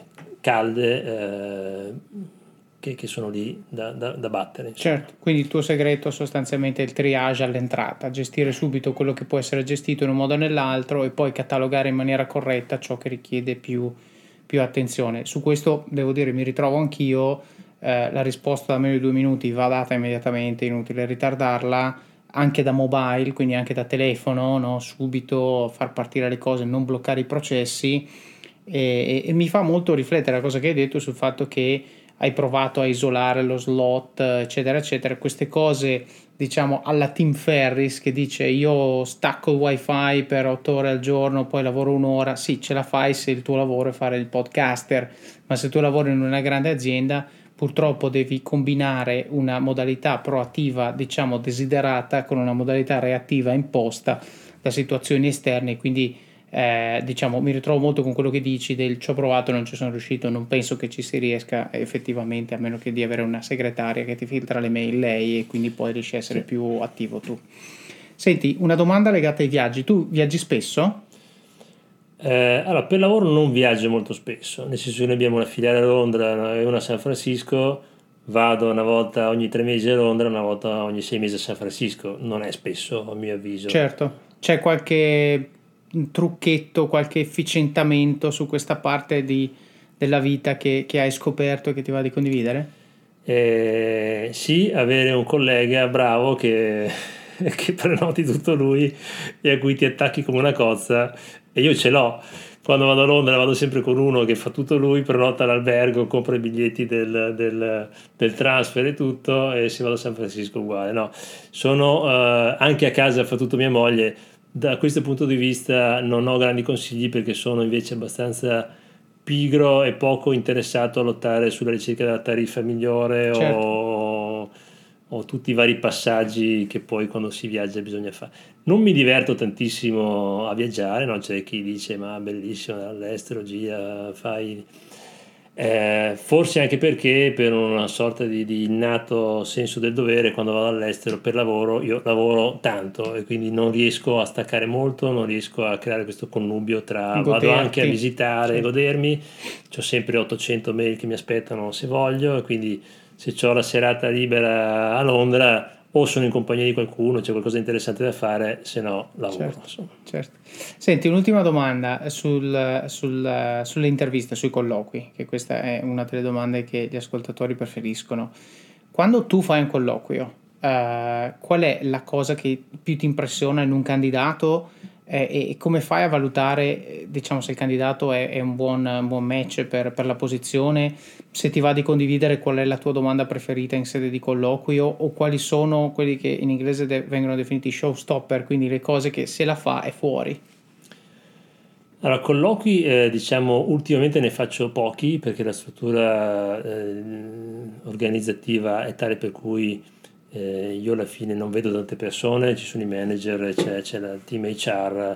calde che sono lì da battere. Insomma. Certo, quindi il tuo segreto sostanzialmente è il triage all'entrata, gestire subito quello che può essere gestito in un modo o nell'altro e poi catalogare in maniera corretta ciò che richiede più attenzione. Su questo devo dire mi ritrovo anch'io, la risposta da meno di 2 minuti va data immediatamente, inutile ritardarla, anche da mobile, quindi anche da telefono, no? Subito far partire le cose, non bloccare i processi, e mi fa molto riflettere la cosa che hai detto sul fatto che hai provato a isolare lo slot, eccetera eccetera, queste cose diciamo alla Tim Ferriss che dice io stacco il wifi per 8 ore al giorno, poi lavoro un'ora. Sì, ce la fai se il tuo lavoro è fare il podcaster, ma se tu lavori in una grande azienda purtroppo devi combinare una modalità proattiva, diciamo desiderata, con una modalità reattiva imposta da situazioni esterne, quindi diciamo mi ritrovo molto con quello che dici del ci ho provato, non ci sono riuscito, non penso che ci si riesca effettivamente, a meno che di avere una segretaria che ti filtra le mail lei e quindi poi riesci a essere più attivo tu. Senti, una domanda legata ai viaggi: tu viaggi spesso? Allora, per lavoro non viaggio molto spesso, nel senso che noi abbiamo una filiale a Londra e una a San Francisco, vado una volta ogni 3 mesi a Londra, una volta ogni 6 mesi a San Francisco. Non è spesso, a mio avviso. Certo, c'è qualche trucchetto, qualche efficientamento su questa parte della vita che hai scoperto e che ti va di condividere? Sì, avere un collega bravo che prenoti tutto lui e a cui ti attacchi come una cozza, e io ce l'ho. Quando vado a Londra vado sempre con uno che fa tutto lui, prenota l'albergo, compra i biglietti del transfer e tutto, e se vado a San Francisco uguale. No, sono anche a casa fa tutto mia moglie. Da questo punto di vista non ho grandi consigli, perché sono invece abbastanza pigro e poco interessato a lottare sulla ricerca della tariffa migliore. Certo. O tutti i vari passaggi che poi quando si viaggia bisogna fare. Non mi diverto tantissimo a viaggiare, no? C'è chi dice ma bellissimo all'estero, gira, fai... forse anche perché per una sorta di innato senso del dovere, quando vado all'estero per lavoro, io lavoro tanto e quindi non riesco a staccare molto, non riesco a creare questo connubio tra Goderti. Vado anche a visitare, Certo. Godermi, ho sempre 800 mail che mi aspettano se voglio, e quindi se ho la serata libera a Londra o sono in compagnia di qualcuno, c'è qualcosa di interessante da fare, se no lavoro. Certo. Senti, un'ultima domanda sulle interviste, sui colloqui, che questa è una delle domande che gli ascoltatori preferiscono. Quando tu fai un colloquio, qual è la cosa che più ti impressiona in un candidato, e come fai a valutare, diciamo, se il candidato è un buon match per la posizione, se ti va di condividere qual è la tua domanda preferita in sede di colloquio, o quali sono quelli che in inglese vengono definiti showstopper, quindi le cose che se la fa è fuori? Allora, colloqui, diciamo, ultimamente ne faccio pochi, perché la struttura organizzativa è tale per cui io alla fine non vedo tante persone, ci sono i manager, c'è la team HR.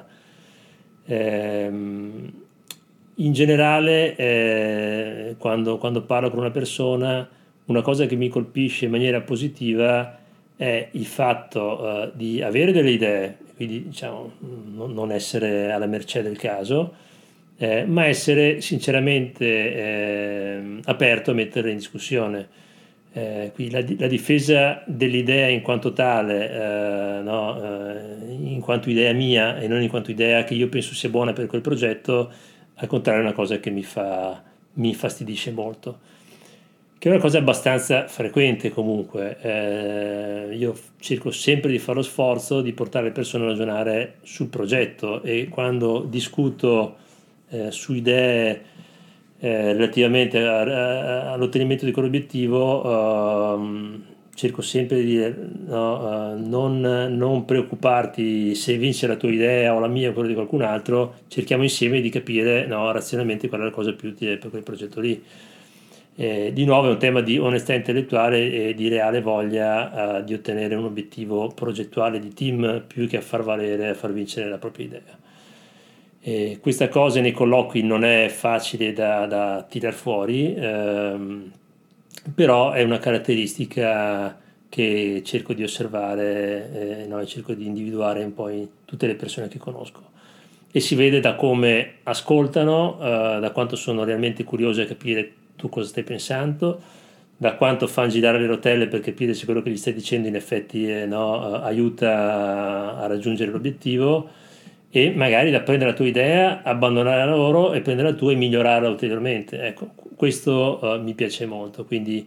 In generale, quando parlo con una persona, una cosa che mi colpisce in maniera positiva è il fatto di avere delle idee, quindi diciamo non essere alla mercé del caso, ma essere sinceramente aperto a metterle in discussione. Qui la difesa dell'idea in quanto tale, in quanto idea mia e non in quanto idea che io penso sia buona per quel progetto, al contrario è una cosa che mi infastidisce molto, che è una cosa abbastanza frequente comunque. Io cerco sempre di fare lo sforzo di portare le persone a ragionare sul progetto, e quando discuto su idee relativamente all'ottenimento di quell'obiettivo, cerco sempre di dire non preoccuparti se vince la tua idea o la mia o quella di qualcun altro, cerchiamo insieme di capire razionalmente qual è la cosa più utile per quel progetto lì. Di nuovo è un tema di onestà intellettuale e di reale voglia di ottenere un obiettivo progettuale di team, più che a far valere, a far vincere la propria idea. Questa cosa nei colloqui non è facile da tirar fuori, però è una caratteristica che cerco di osservare, cerco di individuare un po' in tutte le persone che conosco, e si vede da come ascoltano, da quanto sono realmente curiosi a capire tu cosa stai pensando, da quanto fanno girare le rotelle per capire se quello che gli stai dicendo in effetti aiuta a raggiungere l'obiettivo, e magari da prendere la tua idea, abbandonare la loro e prendere la tua e migliorarla ulteriormente. Ecco, questo mi piace molto, quindi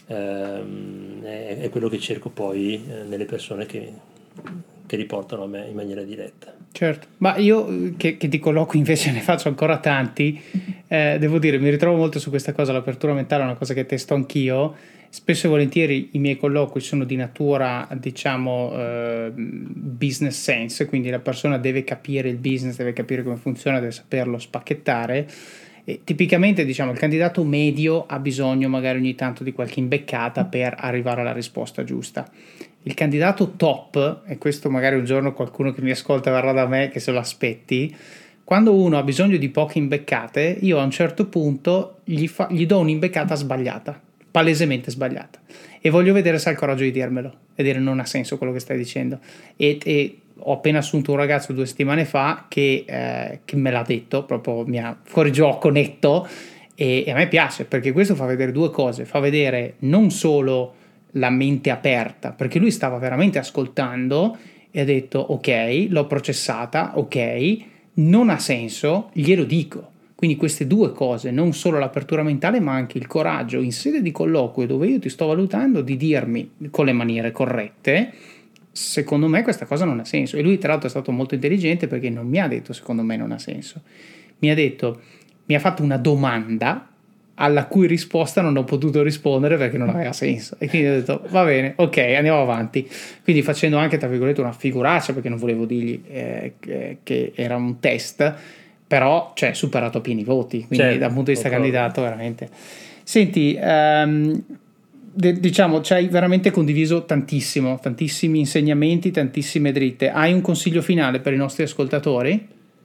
è quello che cerco poi nelle persone che riportano a me in maniera diretta. Certo, ma io che di colloqui invece ne faccio ancora tanti, devo dire, mi ritrovo molto su questa cosa. L'apertura mentale è una cosa che testo anch'io. Spesso e volentieri i miei colloqui sono di natura, diciamo, business sense, quindi la persona deve capire il business, deve capire come funziona, deve saperlo spacchettare. E tipicamente, diciamo, il candidato medio ha bisogno magari ogni tanto di qualche imbeccata per arrivare alla risposta giusta. Il candidato top, e questo magari un giorno qualcuno che mi ascolta verrà da me che se lo aspetti, quando uno ha bisogno di poche imbeccate, io a un certo punto gli do un'imbeccata sbagliata, palesemente sbagliata, e voglio vedere se ha il coraggio di dirmelo e dire non ha senso quello che stai dicendo. E ho appena assunto un ragazzo 2 settimane fa che me l'ha detto, proprio mi ha fuori gioco netto, E a me piace, perché questo fa vedere due cose: fa vedere non solo la mente aperta, perché lui stava veramente ascoltando e ha detto ok, l'ho processata, ok, non ha senso, glielo dico. Quindi queste due cose, non solo l'apertura mentale ma anche il coraggio in sede di colloquio dove io ti sto valutando di dirmi con le maniere corrette secondo me questa cosa non ha senso. E lui tra l'altro è stato molto intelligente, perché non mi ha detto secondo me non ha senso, mi ha fatto una domanda alla cui risposta non ho potuto rispondere perché non aveva senso, e quindi ho detto va bene, ok, andiamo avanti, quindi facendo anche tra virgolette una figuraccia, perché non volevo dirgli che era un test, però cioè superato a pieni voti, quindi certo, dal punto di vista candidato veramente. Senti, diciamo ci hai veramente condiviso tantissimi insegnamenti, tantissime dritte. Hai un consiglio finale per i nostri ascoltatori?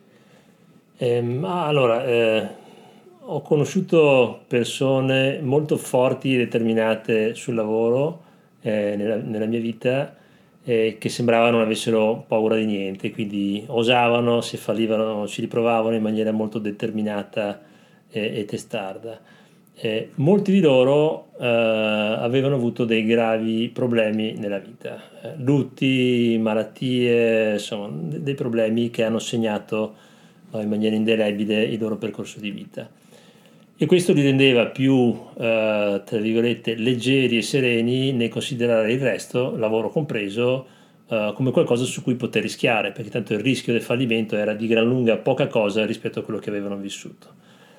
Allora, ho conosciuto persone molto forti e determinate sul lavoro nella mia vita, che sembrava non avessero paura di niente, quindi osavano, se fallivano ci riprovavano in maniera molto determinata e testarda. Molti di loro avevano avuto dei gravi problemi nella vita, lutti, malattie, insomma dei problemi che hanno segnato in maniera indelebile il loro percorso di vita. E questo li rendeva più, tra virgolette, leggeri e sereni nel considerare il resto, lavoro compreso, come qualcosa su cui poter rischiare, perché tanto il rischio del fallimento era di gran lunga poca cosa rispetto a quello che avevano vissuto.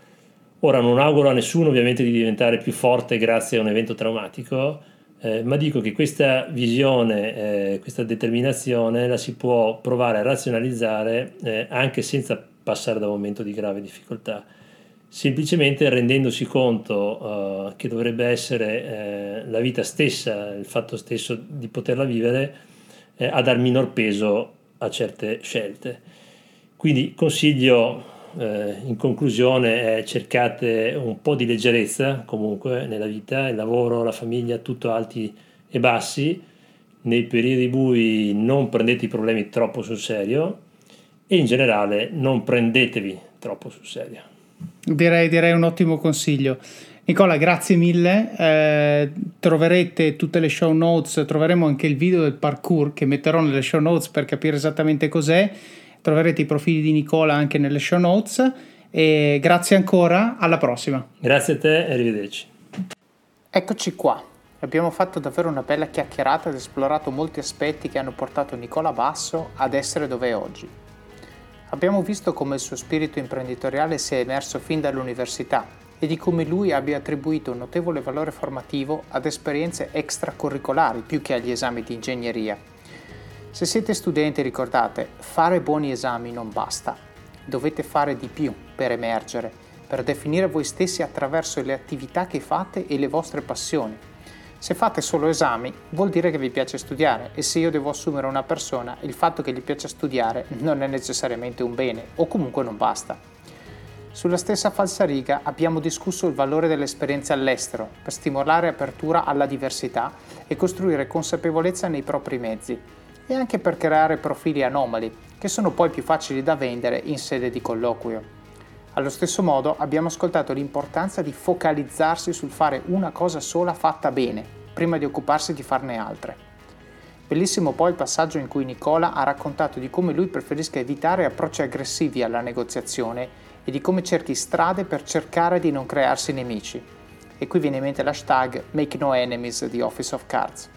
Ora non auguro a nessuno ovviamente di diventare più forte grazie a un evento traumatico, ma dico che questa visione, questa determinazione la si può provare a razionalizzare anche senza passare da un momento di grave difficoltà, semplicemente rendendosi conto che dovrebbe essere la vita stessa, il fatto stesso di poterla vivere, a dar minor peso a certe scelte. Quindi consiglio in conclusione cercate un po' di leggerezza comunque nella vita, il lavoro, la famiglia, tutto alti e bassi. Nei periodi bui non prendete i problemi troppo sul serio e in generale non prendetevi troppo sul serio. Direi un ottimo consiglio. Nicola, grazie mille. Troverete tutte le show notes, troveremo anche il video del parkour che metterò nelle show notes per capire esattamente cos'è. Troverete i profili di Nicola anche nelle show notes, e grazie ancora, alla prossima. Grazie a te e arrivederci. Eccoci qua, abbiamo fatto davvero una bella chiacchierata ed esplorato molti aspetti che hanno portato Nicola Basso ad essere dove è oggi. Abbiamo visto come il suo spirito imprenditoriale sia emerso fin dall'università e di come lui abbia attribuito un notevole valore formativo ad esperienze extracurricolari più che agli esami di ingegneria. Se siete studenti, ricordate, fare buoni esami non basta. Dovete fare di più per emergere, per definire voi stessi attraverso le attività che fate e le vostre passioni. Se fate solo esami, vuol dire che vi piace studiare, e se io devo assumere una persona, il fatto che gli piace studiare non è necessariamente un bene, o comunque non basta. Sulla stessa falsariga abbiamo discusso il valore delle esperienze all'estero per stimolare apertura alla diversità e costruire consapevolezza nei propri mezzi, e anche per creare profili anomali, che sono poi più facili da vendere in sede di colloquio. Allo stesso modo abbiamo ascoltato l'importanza di focalizzarsi sul fare una cosa sola fatta bene, prima di occuparsi di farne altre. Bellissimo poi il passaggio in cui Nicola ha raccontato di come lui preferisca evitare approcci aggressivi alla negoziazione e di come cerchi strade per cercare di non crearsi nemici. E qui viene in mente l'hashtag Make No Enemies di Office of Cards.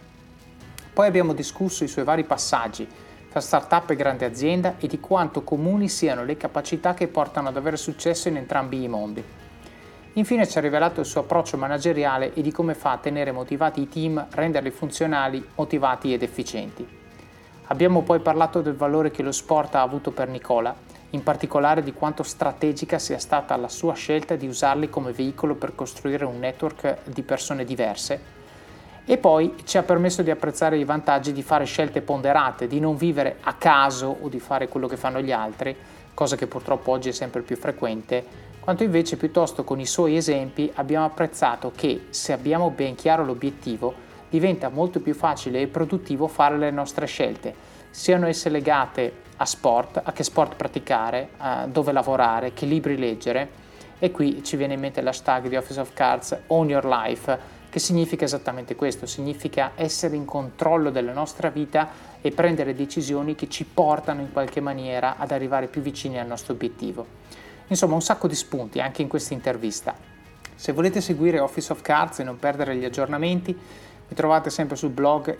Poi abbiamo discusso i suoi vari passaggi tra startup e grande azienda e di quanto comuni siano le capacità che portano ad avere successo in entrambi i mondi. Infine ci ha rivelato il suo approccio manageriale e di come fa a tenere motivati i team, renderli funzionali, motivati ed efficienti. Abbiamo poi parlato del valore che lo sport ha avuto per Nicola, in particolare di quanto strategica sia stata la sua scelta di usarli come veicolo per costruire un network di persone diverse. E poi ci ha permesso di apprezzare i vantaggi di fare scelte ponderate, di non vivere a caso o di fare quello che fanno gli altri, cosa che purtroppo oggi è sempre più frequente, quanto invece piuttosto con i suoi esempi abbiamo apprezzato che, se abbiamo ben chiaro l'obiettivo, diventa molto più facile e produttivo fare le nostre scelte, siano esse legate a sport, a che sport praticare, a dove lavorare, che libri leggere, E qui ci viene in mente l'hashtag di Office of Cards Own Your Life, che significa esattamente questo, significa essere in controllo della nostra vita e prendere decisioni che ci portano in qualche maniera ad arrivare più vicini al nostro obiettivo. Insomma, un sacco di spunti anche in questa intervista. Se volete seguire Office of Cards e non perdere gli aggiornamenti, mi trovate sempre sul blog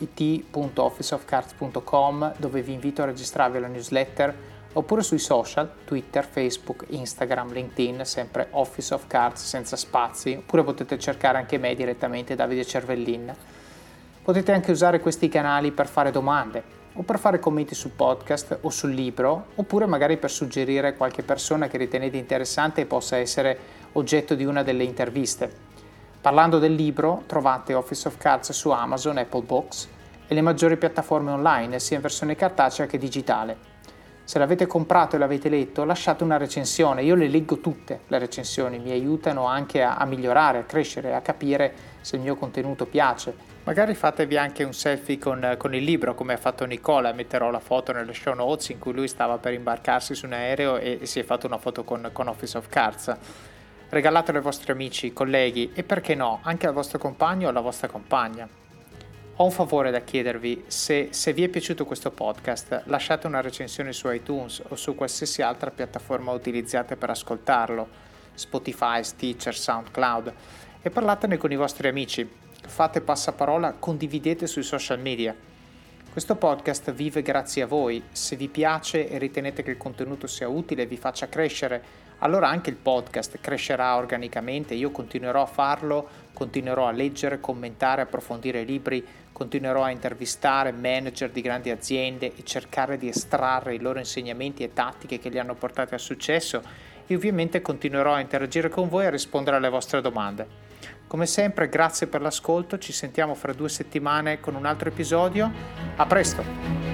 it.officeofcards.com, dove vi invito a registrarvi alla newsletter, oppure sui social, Twitter, Facebook, Instagram, LinkedIn, sempre Office of Cards senza spazi, oppure potete cercare anche me direttamente, Davide Cervellin. Potete anche usare questi canali per fare domande o per fare commenti sul podcast o sul libro, oppure magari per suggerire qualche persona che ritenete interessante e possa essere oggetto di una delle interviste. Parlando del libro, trovate Office of Cards su Amazon, Apple Books e le maggiori piattaforme online, sia in versione cartacea che digitale. Se l'avete comprato e l'avete letto, lasciate una recensione. Io le leggo tutte, le recensioni, mi aiutano anche a migliorare, a crescere, a capire se il mio contenuto piace. Magari fatevi anche un selfie con il libro, come ha fatto Nicola. Metterò la foto nelle show notes in cui lui stava per imbarcarsi su un aereo e si è fatto una foto con Office of Cards. Regalatelo ai vostri amici, colleghi e, perché no, anche al vostro compagno o alla vostra compagna. Ho un favore da chiedervi: se vi è piaciuto questo podcast, lasciate una recensione su iTunes o su qualsiasi altra piattaforma utilizzate per ascoltarlo, Spotify, Stitcher, SoundCloud, e parlatene con i vostri amici. Fate passaparola, condividete sui social media. Questo podcast vive grazie a voi. Se vi piace e ritenete che il contenuto sia utile e vi faccia crescere, allora anche il podcast crescerà organicamente. Io continuerò a farlo, continuerò a leggere, commentare, approfondire libri, continuerò a intervistare manager di grandi aziende e cercare di estrarre i loro insegnamenti e tattiche che li hanno portati al successo, e ovviamente continuerò a interagire con voi e a rispondere alle vostre domande. Come sempre, grazie per l'ascolto, ci sentiamo fra 2 settimane con un altro episodio. A presto!